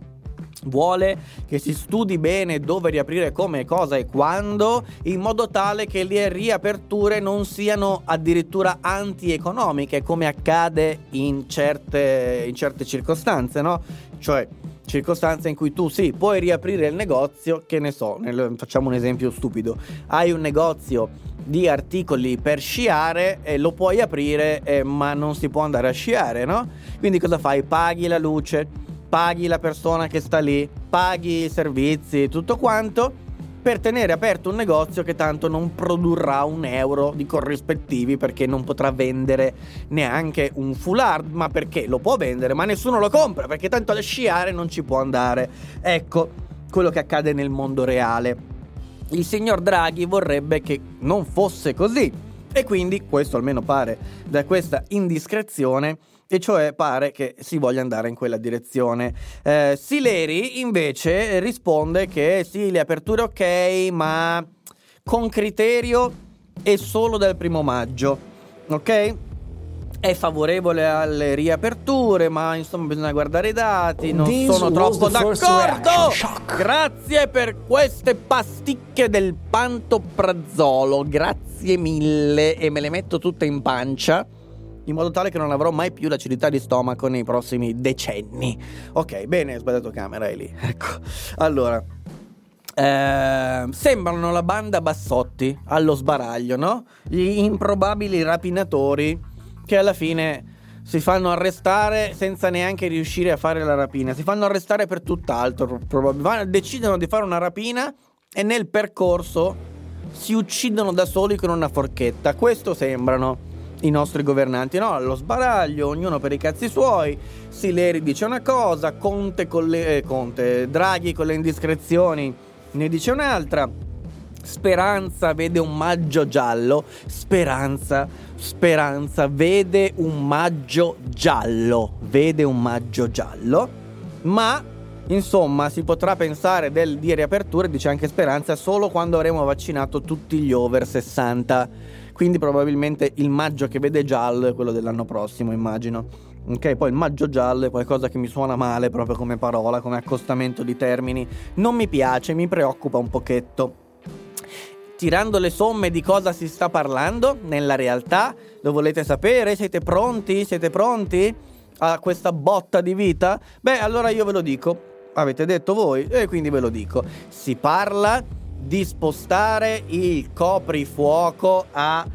Vuole che si studi bene dove riaprire, come, cosa e quando, in modo tale che le riaperture non siano addirittura antieconomiche, come accade in certe, in certe circostanze, no? Cioè circostanze in cui tu sì, puoi riaprire il negozio, che ne so, nel, facciamo un esempio stupido, hai un negozio di articoli per sciare e lo puoi aprire eh, ma non si può andare a sciare, no? Quindi cosa fai? Paghi la luce, paghi la persona che sta lì, paghi i servizi, tutto quanto, per tenere aperto un negozio che tanto non produrrà un euro di corrispettivi, perché non potrà vendere neanche un foulard, ma perché lo può vendere, ma nessuno lo compra, perché tanto a sciare non ci può andare. Ecco quello che accade nel mondo reale. Il signor Draghi vorrebbe che non fosse così, e quindi questo almeno pare da questa indiscrezione, e cioè pare che si voglia andare in quella direzione. eh, Sileri invece risponde che sì, le aperture ok, ma con criterio e solo dal primo maggio, ok? È favorevole alle riaperture, ma insomma bisogna guardare i dati, non This sono troppo d'accordo. Grazie per queste pasticche del pantoprazolo, grazie mille, e me le metto tutte in pancia, in modo tale che non avrò mai più l'acidità di stomaco nei prossimi decenni. Ok, bene, ho sbagliato camera, è lì. Ecco, allora eh, sembrano la banda Bassotti allo sbaraglio, no? Gli improbabili rapinatori che alla fine si fanno arrestare senza neanche riuscire a fare la rapina. Si fanno arrestare per tutt'altro, probabilmente decidono di fare una rapina e nel percorso si uccidono da soli con una forchetta. Questo sembrano i nostri governanti, no? Allo sbaraglio, ognuno per i cazzi suoi. Sileri dice una cosa, Conte con le eh, Conte Draghi con le indiscrezioni ne dice un'altra, Speranza vede un maggio giallo. Speranza, Speranza vede un maggio giallo. Vede un maggio giallo. Ma, insomma, si potrà pensare del, di riaperture, dice anche Speranza, solo quando avremo vaccinato tutti gli over sessanta. Quindi probabilmente il maggio che vede giallo è quello dell'anno prossimo, immagino. Ok, poi il maggio giallo è qualcosa che mi suona male proprio come parola, come accostamento di termini. Non mi piace, mi preoccupa un pochetto. Tirando le somme di cosa si sta parlando nella realtà, lo volete sapere? Siete pronti? Siete pronti a questa botta di vita? Beh, allora io ve lo dico. Avete detto voi e quindi ve lo dico. Si parla di spostare il coprifuoco a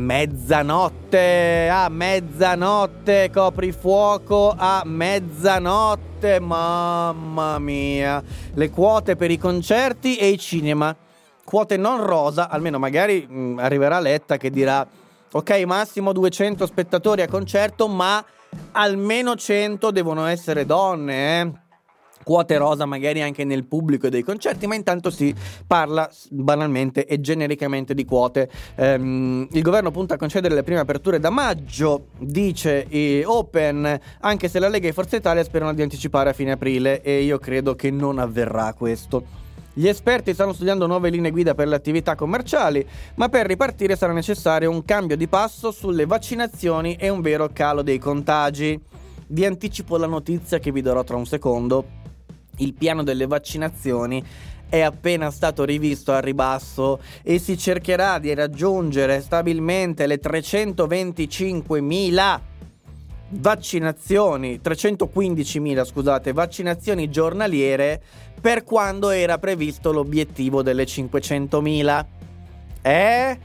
mezzanotte. A mezzanotte, coprifuoco a mezzanotte. Mamma mia. Le quote per i concerti e i cinema. Quote non rosa, almeno magari mh, arriverà Letta che dirà ok, massimo duecento spettatori a concerto, ma almeno cento devono essere donne, eh? Quote rosa magari anche nel pubblico dei concerti, ma intanto si parla banalmente e genericamente di quote. Ehm, il governo punta a concedere le prime aperture da maggio, dice eh, Open, anche se la Lega e Forza Italia sperano di anticipare a fine aprile, e io credo che non avverrà questo. Gli esperti stanno studiando nuove linee guida per le attività commerciali, ma per ripartire sarà necessario un cambio di passo sulle vaccinazioni e un vero calo dei contagi. Vi anticipo la notizia che vi darò tra un secondo. Il piano delle vaccinazioni è appena stato rivisto al ribasso e si cercherà di raggiungere stabilmente le trecentoventicinquemila vaccinazioni, trecentoquindicimila scusate, vaccinazioni giornaliere, per quando era previsto l'obiettivo delle cinquecentomila. Eh?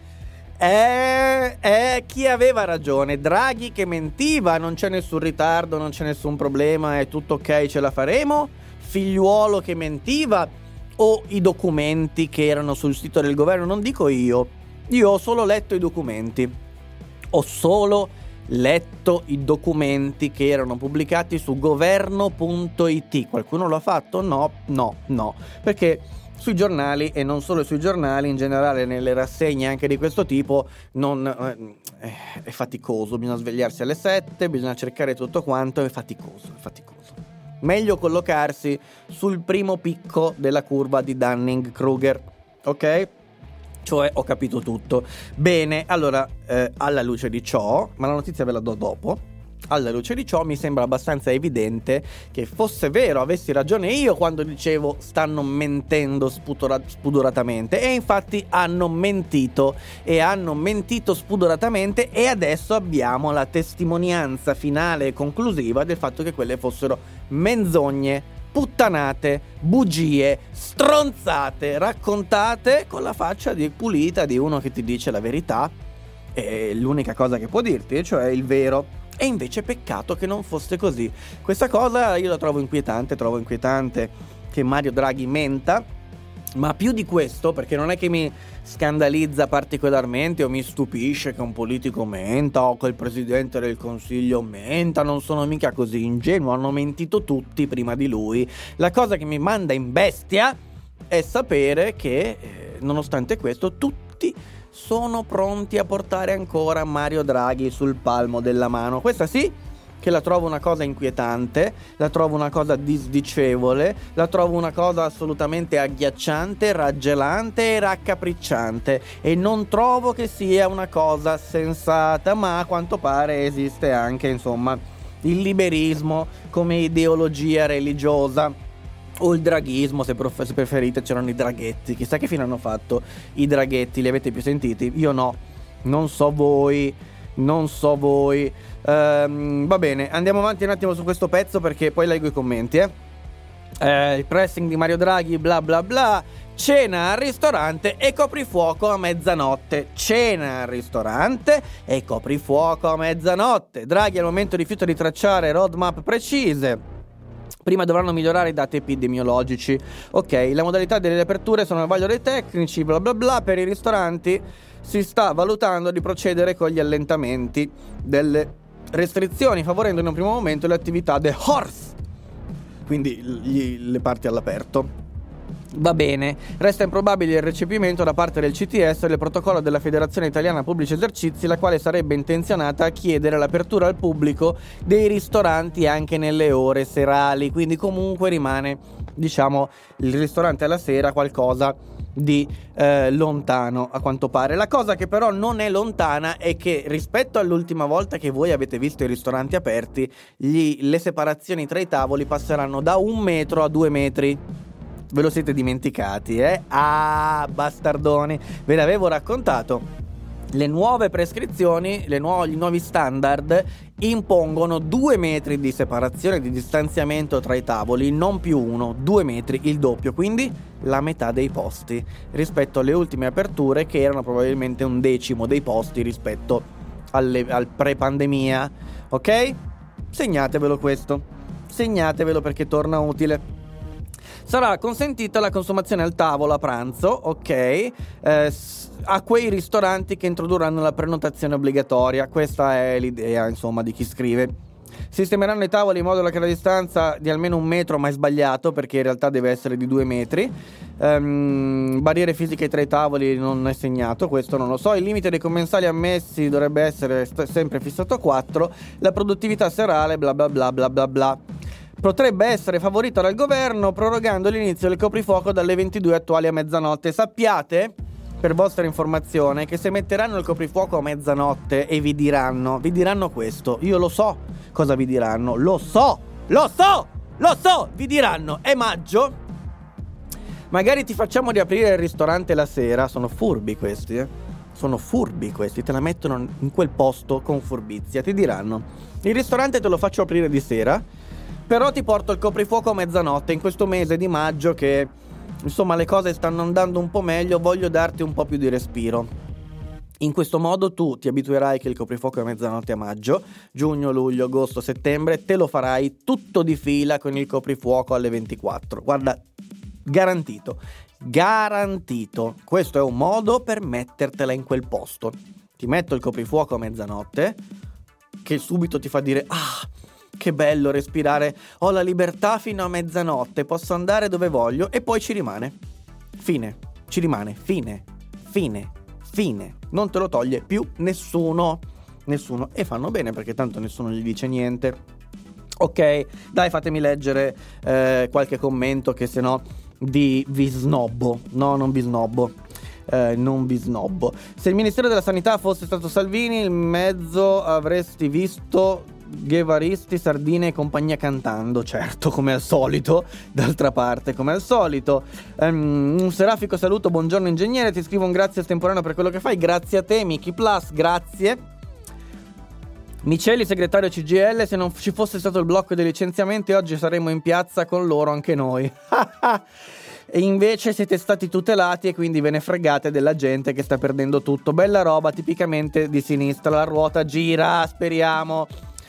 Eh? Eh? Chi aveva ragione? Draghi che mentiva, non c'è nessun ritardo, non c'è nessun problema, è tutto ok, ce la faremo? Figliuolo che mentiva? O i documenti che erano sul sito del governo? Non dico io, io ho solo letto i documenti, ho solo letto i documenti che erano pubblicati su governo punto it. Qualcuno lo ha fatto? No, no, no, perché sui giornali, e non solo sui giornali, in generale nelle rassegne anche di questo tipo, non eh, è faticoso, bisogna svegliarsi alle sette, bisogna cercare tutto quanto, è faticoso, è faticoso. Meglio collocarsi sul primo picco della curva di Dunning-Kruger, ok? Cioè, ho capito tutto. Bene, allora, eh, alla luce di ciò, ma la notizia ve la do dopo, alla luce di ciò mi sembra abbastanza evidente che fosse vero, avessi ragione io quando dicevo stanno mentendo spudora- spudoratamente, e infatti hanno mentito, e hanno mentito spudoratamente, e adesso abbiamo la testimonianza finale e conclusiva del fatto che quelle fossero menzogne, puttanate, bugie, stronzate, raccontate con la faccia di pulita di uno che ti dice la verità, è l'unica cosa che può dirti, cioè il vero. E invece peccato che non fosse così. Questa cosa io la trovo inquietante, trovo inquietante che Mario Draghi menta, ma più di questo, perché non è che mi scandalizza particolarmente o mi stupisce che un politico menta o che il presidente del consiglio menta, non sono mica così ingenuo, hanno mentito tutti prima di lui. La cosa che mi manda in bestia è sapere che, eh, nonostante questo, tutti sono pronti a portare ancora Mario Draghi sul palmo della mano. Questa sì che la trovo una cosa inquietante, la trovo una cosa disdicevole, la trovo una cosa assolutamente agghiacciante, raggelante e raccapricciante, e non trovo che sia una cosa sensata, ma a quanto pare esiste anche, insomma, il liberismo come ideologia religiosa, o il draghismo, se, prof- se preferite. C'erano i draghetti, chissà che fine hanno fatto i draghetti, li avete più sentiti? Io no, non so voi, non so voi. Ehm, va bene, andiamo avanti un attimo su questo pezzo perché poi leggo i commenti, eh. Eh, il pressing di Mario Draghi, bla bla bla. Cena al ristorante e coprifuoco a mezzanotte. Cena al ristorante e coprifuoco a mezzanotte. Draghi al momento rifiuta di tracciare roadmap precise. Prima dovranno migliorare i dati epidemiologici. Ok, la modalità delle aperture sono al vaglio dei tecnici, bla bla bla. Per i ristoranti si sta valutando di procedere con gli allentamenti delle restrizioni, favorendo in un primo momento le attività de horse, quindi gli, le parti all'aperto. Va bene, resta improbabile il recepimento da parte del C T S del protocollo della Federazione Italiana Pubblici Esercizi, la quale sarebbe intenzionata a chiedere l'apertura al pubblico dei ristoranti anche nelle ore serali, quindi comunque rimane, diciamo, il ristorante alla sera qualcosa di eh, lontano a quanto pare. La cosa che però non è lontana è che rispetto all'ultima volta che voi avete visto i ristoranti aperti, gli, le separazioni tra i tavoli passeranno da un metro a due metri. Ve lo siete dimenticati, eh? Ah, bastardoni, ve l'avevo raccontato. Le nuove prescrizioni, le nuove, i nuovi standard impongono due metri di separazione, di distanziamento tra i tavoli, non più uno, due metri, il doppio, quindi la metà dei posti rispetto alle ultime aperture che erano probabilmente un decimo dei posti rispetto alle, al pre-pandemia, ok? Segnatevelo questo, segnatevelo perché torna utile. Sarà consentita la consumazione al tavolo a pranzo, ok, eh, a quei ristoranti che introdurranno la prenotazione obbligatoria. Questa è l'idea, insomma, di chi scrive. Sistemeranno i tavoli in modo che la distanza di almeno un metro, ma è sbagliato perché in realtà deve essere di due metri. Um, barriere fisiche tra i tavoli non è segnato, questo non lo so. Il limite dei commensali ammessi dovrebbe essere st- sempre fissato a quattro. La produttività serale, bla bla bla bla bla bla. Potrebbe essere favorita dal governo prorogando l'inizio del coprifuoco dalle ventidue attuali a mezzanotte. Sappiate, per vostra informazione, che se metteranno il coprifuoco a mezzanotte e vi diranno, vi diranno questo, io lo so cosa vi diranno, lo so, lo so, lo so, vi diranno, è maggio, magari ti facciamo riaprire il ristorante la sera. Sono furbi questi, eh? Sono furbi questi, te la mettono in quel posto con furbizia. Ti diranno, il ristorante te lo faccio aprire di sera, però ti porto il coprifuoco a mezzanotte. In questo mese di maggio che, insomma, le cose stanno andando un po' meglio, voglio darti un po' più di respiro. In questo modo tu ti abituerai che il coprifuoco è a mezzanotte a maggio, giugno, luglio, agosto, settembre, te lo farai tutto di fila con il coprifuoco alle ventiquattro. Guarda, garantito, garantito. Questo è un modo per mettertela in quel posto. Ti metto il coprifuoco a mezzanotte, che subito ti fa dire, ah, che bello respirare, ho la libertà fino a mezzanotte, posso andare dove voglio, e poi ci rimane. Fine, ci rimane, fine, fine, fine. Non te lo toglie più nessuno, nessuno. E fanno bene perché tanto nessuno gli dice niente. Ok, dai, fatemi leggere eh, qualche commento che se no di vi snobbo. No, non vi snobbo. Eh, non vi snobbo. Se il Ministero della Sanità fosse stato Salvini, in mezzo avresti visto Guevaristi, Sardine e compagnia cantando, certo, come al solito, d'altra parte, come al solito. Um, un serafico saluto, buongiorno ingegnere, ti scrivo un grazie estemporaneo per quello che fai, grazie a te, Miki Plus, grazie. Miceli, segretario C G I L, se non ci fosse stato il blocco dei licenziamenti oggi saremmo in piazza con loro anche noi. E invece siete stati tutelati e quindi ve ne fregate della gente che sta perdendo tutto. Bella roba, tipicamente di sinistra, la ruota gira, speriamo.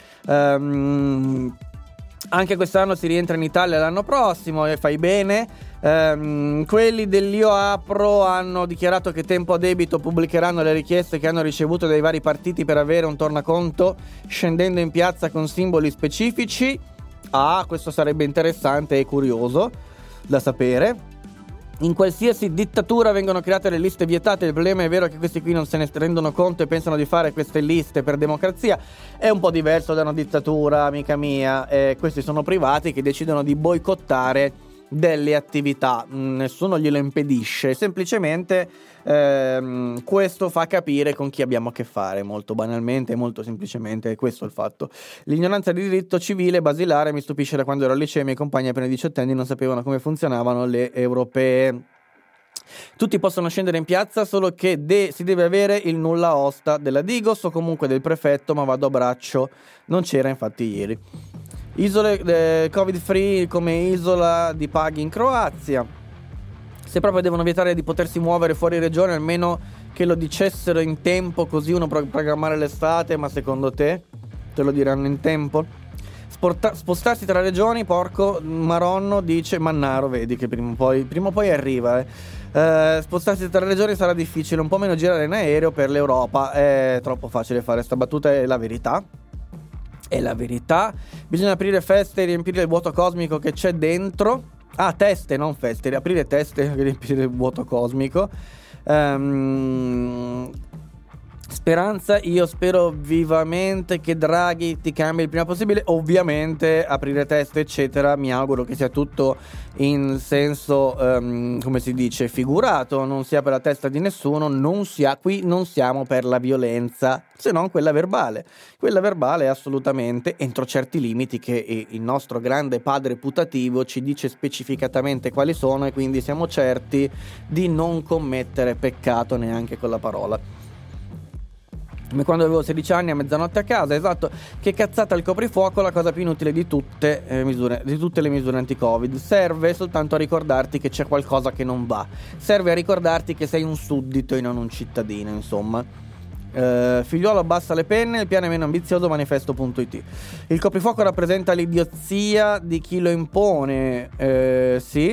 Um, anche quest'anno si rientra in Italia l'anno prossimo e fai bene. Um, quelli dell'Io Apro hanno dichiarato che tempo a debito pubblicheranno le richieste che hanno ricevuto dai vari partiti per avere un tornaconto scendendo in piazza con simboli specifici. Ah, questo sarebbe interessante e curioso da sapere. In qualsiasi dittatura vengono create le liste vietate. Il problema è vero che questi qui non se ne rendono conto e pensano di fare queste liste per democrazia. È un po' diverso da una dittatura, amica mia. Eh, questi sono privati che decidono di boicottare delle attività. Nessuno glielo impedisce. Semplicemente ehm, questo fa capire con chi abbiamo a che fare. Molto banalmente e molto semplicemente. Questo è il fatto. L'ignoranza di diritto civile basilare mi stupisce da quando ero al liceo. I miei compagni appena diciottenni non sapevano come funzionavano le europee. Tutti possono scendere in piazza, solo che de- si deve avere il nulla osta della Digos o comunque del prefetto, ma vado a braccio. Non c'era infatti ieri. Isole eh, covid free come isola di Paghi in Croazia. Se proprio devono vietare di potersi muovere fuori regione, almeno che lo dicessero in tempo, così uno può programmare l'estate. Ma secondo te te lo diranno in tempo? Sporta- spostarsi tra regioni, porco Maronno, dice Mannaro. Vedi che prima o poi, prima o poi arriva eh. Uh, spostarsi tra regioni sarà difficile, un po' meno girare in aereo per l'Europa. È troppo facile fare sta battuta, è la verità. È la verità. Bisogna aprire feste e riempire il vuoto cosmico che c'è dentro. Ah, teste, non feste, riaprire teste, riempire il vuoto cosmico. Um, Speranza, io spero vivamente che Draghi ti cambi il prima possibile. Ovviamente aprire teste eccetera, mi auguro che sia tutto in senso um, come si dice, figurato, non sia per la testa di nessuno, non sia, qui non siamo per la violenza, se non quella verbale. Quella verbale assolutamente entro certi limiti che il nostro grande padre putativo ci dice specificatamente quali sono, e quindi siamo certi di non commettere peccato neanche con la parola. Come quando avevo sedici anni a mezzanotte a casa, esatto. Che cazzata il coprifuoco, la cosa più inutile di tutte eh, misure, di tutte le misure anti-Covid. Serve soltanto a ricordarti che c'è qualcosa che non va. Serve a ricordarti che sei un suddito e non un cittadino, insomma. Uh, figliuolo abbassa le penne, il piano è meno ambizioso, manifesto.it. Il coprifuoco rappresenta l'idiozia di chi lo impone. Uh, sì,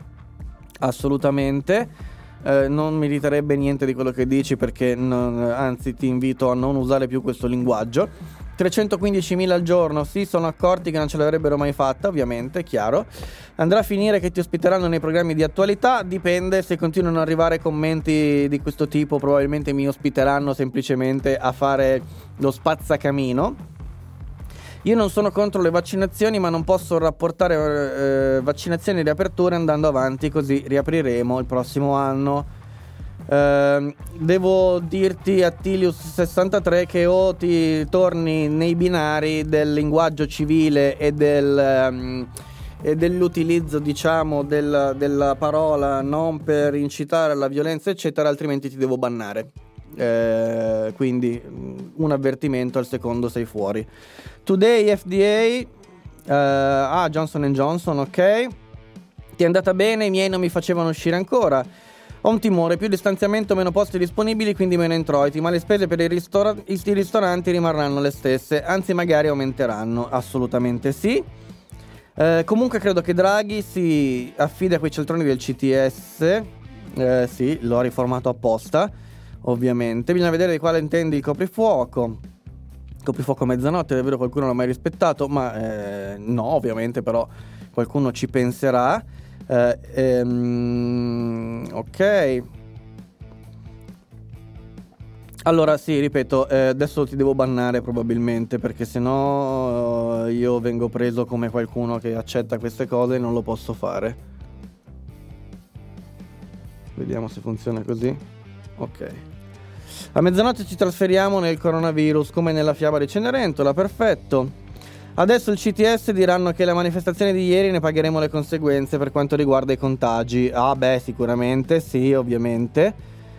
assolutamente. Uh, non meriterebbe niente di quello che dici, perché non, anzi ti invito a non usare più questo linguaggio. trecentoquindicimila al giorno, sì, sono accorti che non ce l'avrebbero mai fatta, ovviamente, chiaro. Andrà a finire che ti ospiteranno nei programmi di attualità, dipende, se continuano ad arrivare commenti di questo tipo probabilmente mi ospiteranno semplicemente a fare lo spazzacamino. Io non sono contro le vaccinazioni, ma non posso rapportare eh, vaccinazioni e riaperture andando avanti, così riapriremo il prossimo anno. Uh, devo dirti, Attilius sessantatré, che o ti torni nei binari del linguaggio civile e del um, e dell'utilizzo, diciamo, del, della parola non per incitare alla violenza eccetera, altrimenti ti devo bannare. Uh, quindi un avvertimento, al secondo sei fuori. Today F D A, uh, ah Johnson and Johnson, ok, ti è andata bene, i miei non mi facevano uscire ancora. Ho un timore, più distanziamento, meno posti disponibili, quindi meno introiti, ma le spese per i, ristora- i ristoranti rimarranno le stesse, anzi magari aumenteranno, assolutamente sì. Eh, comunque credo che Draghi si affidi a quei cialtroni del C T S, eh, sì, l'ho riformato apposta, ovviamente. Bisogna vedere di quale intendi il coprifuoco. Coprifuoco a mezzanotte, è vero, qualcuno l'ha mai rispettato, ma eh, no, ovviamente, però qualcuno ci penserà. Uh, ehm, ok, allora sì, ripeto, eh, adesso ti devo bannare probabilmente, perché sennò uh, io vengo preso come qualcuno che accetta queste cose e non lo posso fare. Vediamo se funziona così. Ok, a mezzanotte ci trasferiamo nel coronavirus come nella fiaba di Cenerentola, perfetto. Adesso il C T S diranno che la manifestazione di ieri ne pagheremo le conseguenze per quanto riguarda i contagi. Ah beh, sicuramente, sì, ovviamente.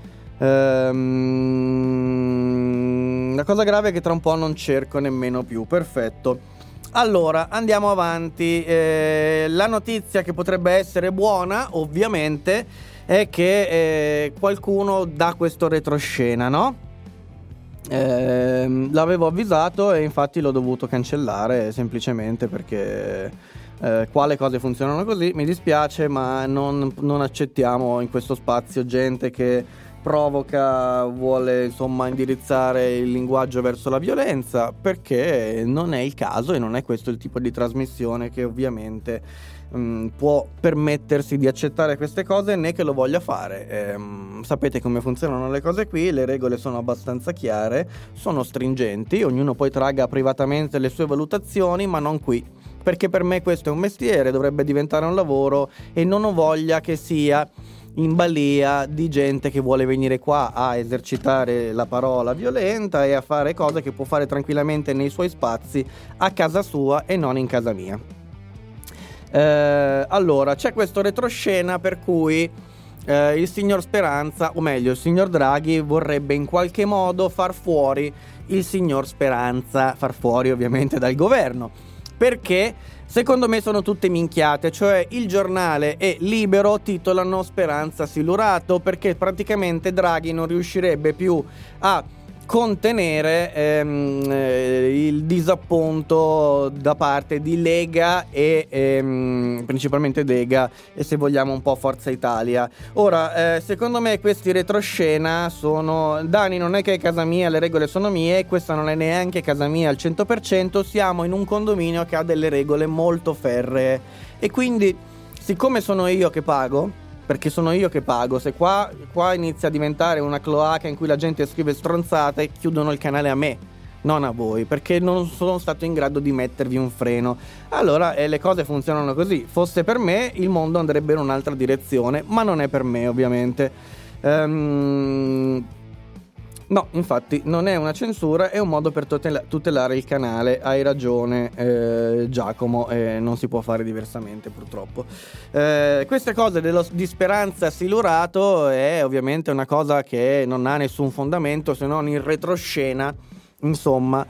Ehm... La cosa grave è che tra un po' non cerco nemmeno più. Perfetto. Allora, andiamo avanti. Eh, la notizia che potrebbe essere buona, ovviamente, è che eh, qualcuno dà questo retroscena, no? Eh, l'avevo avvisato e infatti l'ho dovuto cancellare, semplicemente perché eh, qua le cose funzionano così. Mi dispiace, ma non, non accettiamo in questo spazio gente che provoca, vuole insomma indirizzare il linguaggio verso la violenza, perché non è il caso e non è questo il tipo di trasmissione che ovviamente mh, può permettersi di accettare queste cose, né che lo voglia fare. Ehm, sapete come funzionano le cose qui, le regole sono abbastanza chiare, sono stringenti, ognuno poi traga privatamente le sue valutazioni, ma non qui, perché per me questo è un mestiere, dovrebbe diventare un lavoro e non ho voglia che sia in balia di gente che vuole venire qua a esercitare la parola violenta e a fare cose che può fare tranquillamente nei suoi spazi a casa sua e non in casa mia. Eh, allora, c'è questo retroscena per cui eh, il signor Speranza, o meglio il signor Draghi, vorrebbe in qualche modo far fuori il signor Speranza, far fuori ovviamente dal governo, perché secondo me sono tutte minchiate. Cioè il Giornale e Libero titolano Speranza silurato, perché praticamente Draghi non riuscirebbe più a contenere ehm, eh, il disappunto da parte di Lega e ehm, principalmente Lega e, se vogliamo, un po' Forza Italia. Ora, eh, secondo me questi retroscena sono: Dani, non è che è casa mia, le regole sono mie, questa non è neanche casa mia al cento per cento, siamo in un condominio che ha delle regole molto ferree e quindi siccome sono io che pago, perché sono io che pago, se qua, qua inizia a diventare una cloaca in cui la gente scrive stronzate, chiudono il canale a me, non a voi, perché non sono stato in grado di mettervi un freno. Allora eh, le cose funzionano così. Fosse per me il mondo andrebbe in un'altra direzione, ma non è per me, ovviamente. Ehm... No, infatti non è una censura, è un modo per tutela- tutelare il canale. Hai ragione, eh, Giacomo, eh, non si può fare diversamente, purtroppo. Eh, queste cose dello, di Speranza Silurato è ovviamente una cosa che non ha nessun fondamento, se non in retroscena, insomma,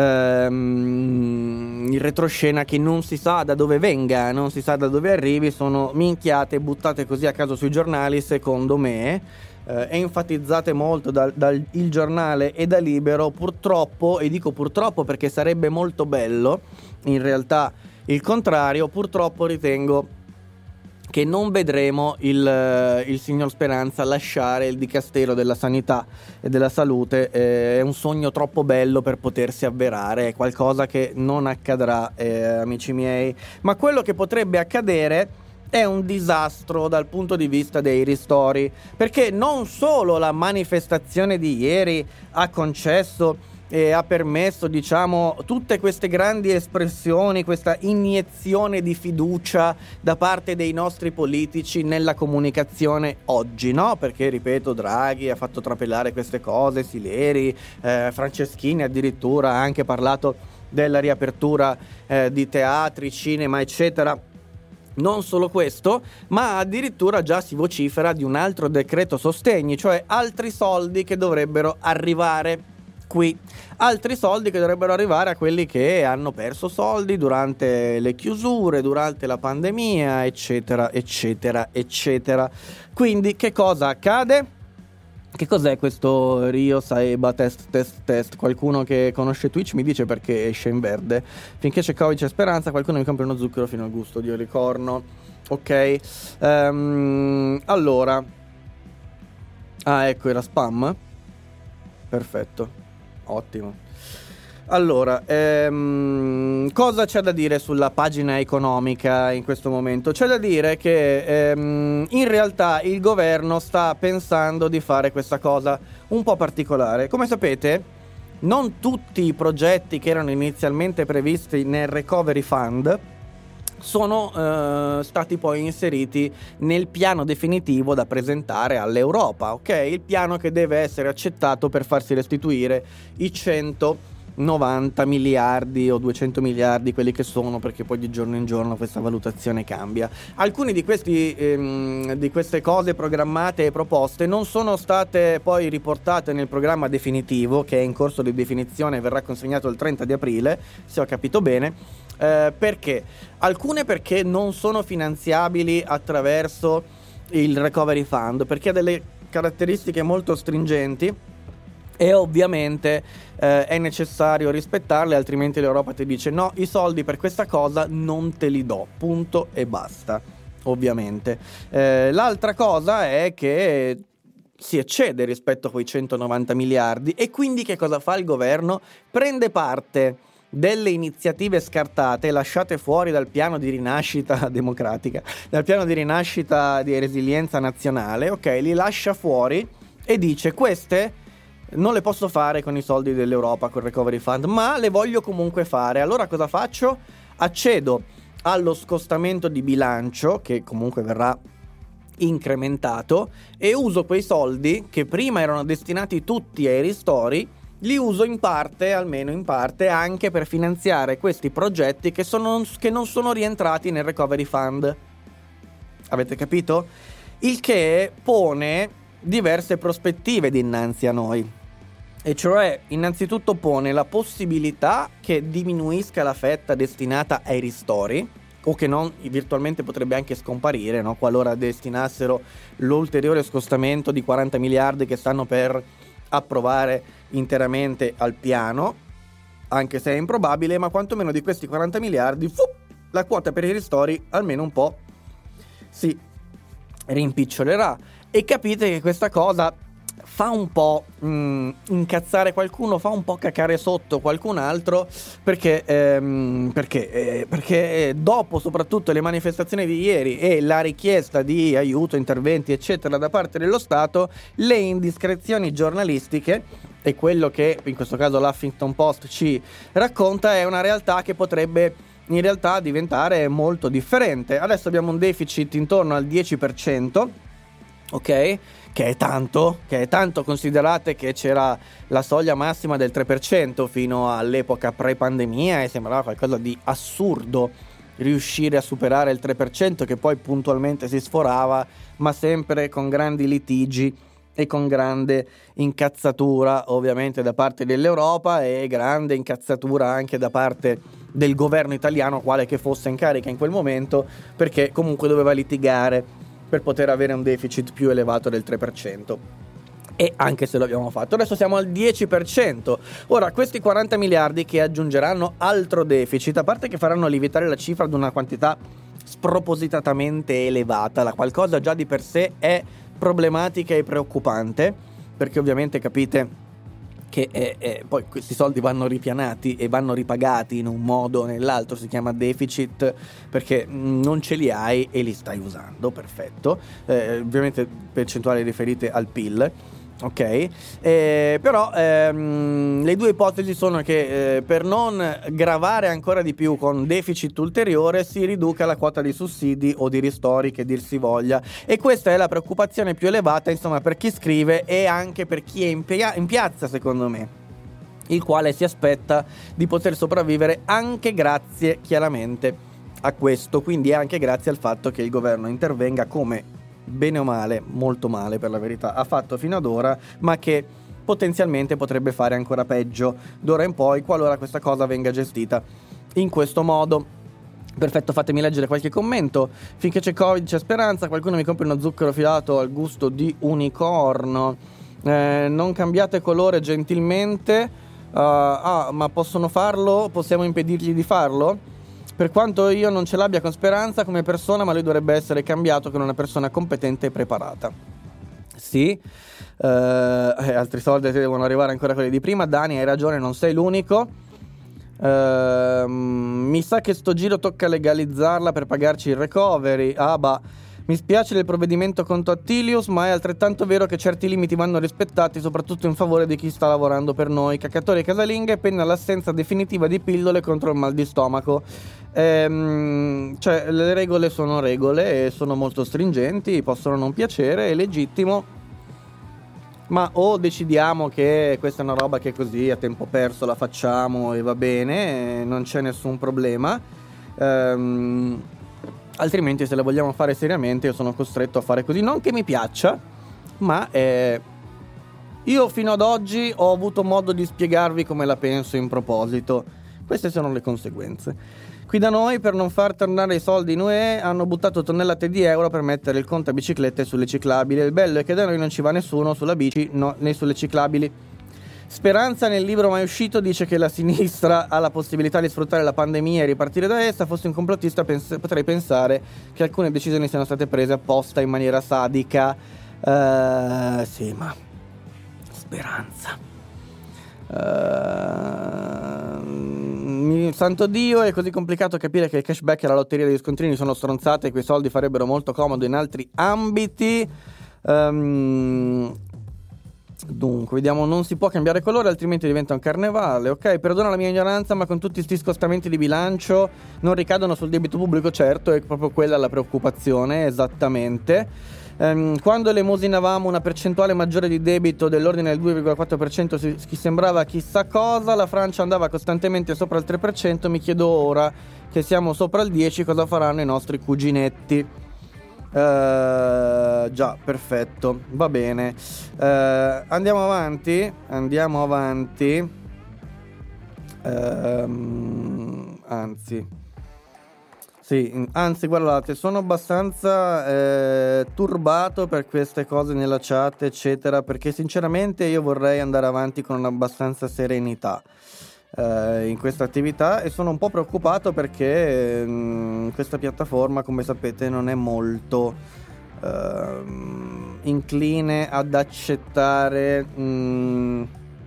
ehm, in retroscena che non si sa da dove venga, non si sa da dove arrivi, sono minchiate buttate così a caso sui giornali, secondo me. Eh, enfatizzate molto dal, dal Il Giornale e da Libero, purtroppo, e dico purtroppo perché sarebbe molto bello, in realtà il contrario, purtroppo ritengo che non vedremo il, il signor Speranza lasciare il Dicastero della Sanità e della Salute. Eh, è un sogno troppo bello per potersi avverare, è qualcosa che non accadrà, eh, amici miei, ma quello che potrebbe accadere è un disastro dal punto di vista dei ristori, perché non solo la manifestazione di ieri ha concesso e ha permesso, diciamo, tutte queste grandi espressioni, questa iniezione di fiducia da parte dei nostri politici nella comunicazione oggi, no? Perché, ripeto, Draghi ha fatto trapelare queste cose, Sileri, eh, Franceschini addirittura ha anche parlato della riapertura eh, di teatri, cinema, eccetera. Non solo questo, ma addirittura già si vocifera di un altro decreto sostegni, cioè altri soldi che dovrebbero arrivare qui, altri soldi che dovrebbero arrivare a quelli che hanno perso soldi durante le chiusure, durante la pandemia, eccetera, eccetera, eccetera. Quindi che cosa accade? Che cos'è questo Rio Saeba test test test? Qualcuno che conosce Twitch mi dice perché esce in verde. Finché c'è Covid c'è speranza, qualcuno mi compra uno zucchero fino al gusto, Dio ricorno. Ok, um, allora, ah ecco, era spam. Perfetto, ottimo. Allora, ehm, cosa c'è da dire sulla pagina economica in questo momento? C'è da dire che ehm, in realtà il governo sta pensando di fare questa cosa un po' particolare. Come sapete, non tutti i progetti che erano inizialmente previsti nel Recovery Fund sono eh, stati poi inseriti nel piano definitivo da presentare all'Europa, ok? Il piano che deve essere accettato per farsi restituire i centonovanta miliardi o duecento miliardi, quelli che sono, perché poi di giorno in giorno questa valutazione cambia. Alcuni di questi ehm, di queste cose programmate e proposte non sono state poi riportate nel programma definitivo, che è in corso di definizione e verrà consegnato il trenta di aprile, se ho capito bene. Eh, perché? Alcune perché non sono finanziabili attraverso il Recovery Fund, perché ha delle caratteristiche molto stringenti e ovviamente eh, è necessario rispettarle, altrimenti l'Europa ti dice no, i soldi per questa cosa non te li do, punto e basta, ovviamente. Eh, l'altra cosa è che si eccede rispetto a quei centonovanta miliardi e quindi che cosa fa il governo? Prende parte delle iniziative scartate, lasciate fuori dal piano di rinascita democratica, dal piano di rinascita di resilienza nazionale, ok, li lascia fuori e dice queste non le posso fare con i soldi dell'Europa, col Recovery Fund, ma le voglio comunque fare. Allora cosa faccio? Accedo allo scostamento di bilancio, che comunque verrà incrementato, e uso quei soldi che prima erano destinati tutti ai ristori, li uso in parte, almeno in parte, anche per finanziare questi progetti che, sono, che non sono rientrati nel Recovery Fund. Avete capito? Il che pone diverse prospettive dinanzi a noi. E cioè, innanzitutto pone la possibilità che diminuisca la fetta destinata ai ristori, o che non, virtualmente potrebbe anche scomparire, no? Qualora destinassero l'ulteriore scostamento di quaranta miliardi che stanno per approvare interamente al piano, anche se è improbabile, ma quantomeno di questi quaranta miliardi fu, la quota per i ristori almeno un po' si rimpicciolerà. E capite che questa cosa fa un po' mh, incazzare qualcuno, fa un po' cacare sotto qualcun altro, perché ehm, perché, eh, perché dopo soprattutto le manifestazioni di ieri e la richiesta di aiuto, interventi eccetera da parte dello Stato, le indiscrezioni giornalistiche e quello che in questo caso l'Huffington Post ci racconta è una realtà che potrebbe in realtà diventare molto differente. Adesso abbiamo un deficit intorno al dieci per cento, ok? Che è tanto, che è tanto, considerate che c'era la soglia massima del tre per cento fino all'epoca pre-pandemia e sembrava qualcosa di assurdo riuscire a superare il tre per cento, che poi puntualmente si sforava, ma sempre con grandi litigi e con grande incazzatura ovviamente da parte dell'Europa e grande incazzatura anche da parte del governo italiano, quale che fosse in carica in quel momento, perché comunque doveva litigare per poter avere un deficit più elevato del tre per cento. E anche se lo abbiamo fatto, adesso siamo al dieci per cento. Ora, questi quaranta miliardi che aggiungeranno altro deficit, a parte che faranno lievitare la cifra ad una quantità spropositatamente elevata, la qualcosa già di per sé è problematica e preoccupante, perché ovviamente capite che eh, eh, poi questi soldi vanno ripianati e vanno ripagati in un modo o nell'altro, si chiama deficit perché non ce li hai e li stai usando, perfetto, eh, ovviamente percentuali riferite al P I L, ok, eh, però ehm, le due ipotesi sono che eh, per non gravare ancora di più con deficit ulteriore si riduca la quota di sussidi o di ristori che dir si voglia, e questa è la preoccupazione più elevata insomma per chi scrive e anche per chi è in, pia- in piazza, secondo me, il quale si aspetta di poter sopravvivere anche grazie chiaramente a questo, quindi anche grazie al fatto che il governo intervenga come bene o male, molto male per la verità, ha fatto fino ad ora, ma che potenzialmente potrebbe fare ancora peggio d'ora in poi qualora questa cosa venga gestita in questo modo. Perfetto, fatemi leggere qualche commento. Finché c'è Covid c'è speranza, qualcuno mi compra uno zucchero filato al gusto di unicorno, eh, non cambiate colore gentilmente, uh, ah ma possono farlo? Possiamo impedirgli di farlo? Per quanto io non ce l'abbia con Speranza come persona, ma lui dovrebbe essere cambiato con una persona competente e preparata. Sì, eh, altri soldi devono arrivare ancora quelli di prima. Dani, hai ragione, non sei l'unico. Eh, mi sa che sto giro tocca legalizzarla per pagarci il recovery. Ah bah, mi spiace del provvedimento contro Attilius, ma è altrettanto vero che certi limiti vanno rispettati, soprattutto in favore di chi sta lavorando per noi. Caccatori e casalinghe, pena l'assenza definitiva di pillole contro il mal di stomaco. Ehm, cioè, le regole sono regole e sono molto stringenti, possono non piacere, è legittimo, ma o decidiamo che questa è una roba che così a tempo perso la facciamo e va bene, non c'è nessun problema. Ehm... Altrimenti, se la vogliamo fare seriamente, io sono costretto a fare così. Non che mi piaccia, ma eh, io fino ad oggi ho avuto modo di spiegarvi come la penso in proposito. Queste sono le conseguenze. Qui da noi, per non far tornare i soldi in U E, hanno buttato tonnellate di euro per mettere il conto a biciclette sulle ciclabili. Il bello è che da noi non ci va nessuno sulla bici, no, né sulle ciclabili. Speranza, nel libro mai uscito, dice che la sinistra ha la possibilità di sfruttare la pandemia e ripartire da essa. Fossi un complottista pens- potrei pensare che alcune decisioni siano state prese apposta in maniera sadica. Uh, sì, ma Speranza, uh, santo Dio, è così complicato capire che il cashback e la lotteria degli scontrini sono stronzate e quei soldi farebbero molto comodo in altri ambiti. Um, Dunque, vediamo, non si può cambiare colore altrimenti diventa un carnevale. Ok, perdona la mia ignoranza, ma con tutti sti scostamenti di bilancio non ricadono sul debito pubblico, certo, è proprio quella la preoccupazione, esattamente. Ehm, quando elemosinavamo una percentuale maggiore di debito dell'ordine del due virgola quattro per cento si, si sembrava chissà cosa, la Francia andava costantemente sopra il tre per cento, mi chiedo ora che siamo sopra il dieci cosa faranno i nostri cuginetti. Uh, già, perfetto, va bene. Uh, andiamo avanti. Andiamo avanti. Uh, anzi, sì, anzi, guardate, sono abbastanza eh, turbato per queste cose nella chat, eccetera, perché sinceramente io vorrei andare avanti con abbastanza serenità in questa attività e sono un po' preoccupato perché mh, questa piattaforma, come sapete, non è molto uh, incline ad accettare mh,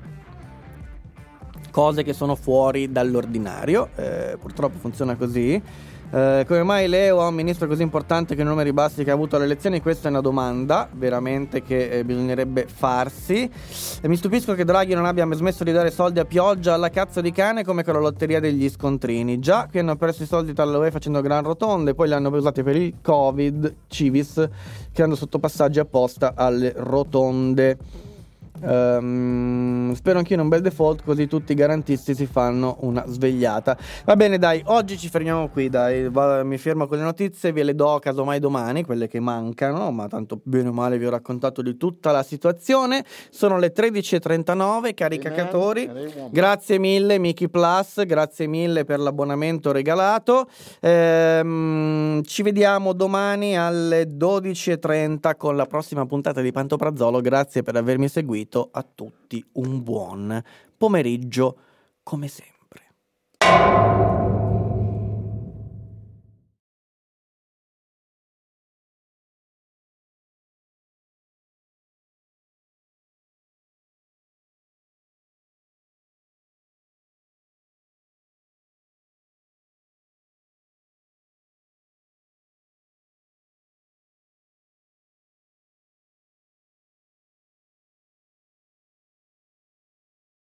cose che sono fuori dall'ordinario. Eh, purtroppo funziona così. Eh, come mai Leo ha un ministro così importante con i numeri bassi che ha avuto alle elezioni? Questa è una domanda veramente che eh, bisognerebbe farsi. E mi stupisco che Draghi non abbia smesso di dare soldi a pioggia alla cazzo di cane come con la lotteria degli scontrini. Già qui hanno perso i soldi dall'U E facendo gran rotonde, poi li hanno usati per il Covid, Civis, creando sottopassaggi apposta alle rotonde. Um, spero anch'io in un bel default, così tutti i garantisti si fanno una svegliata. Va bene, dai, oggi ci fermiamo qui, dai. Va, mi fermo con le notizie, ve le do casomai domani, quelle che mancano, ma tanto bene o male vi ho raccontato di tutta la situazione. Sono le tredici e trentanove, cari cacatori. Grazie mille Mickey Plus, grazie mille per l'abbonamento regalato. ehm, Ci vediamo domani alle dodici e trenta con la prossima puntata di Pantoprazolo. Grazie per avermi seguito. A tutti un buon pomeriggio come sempre.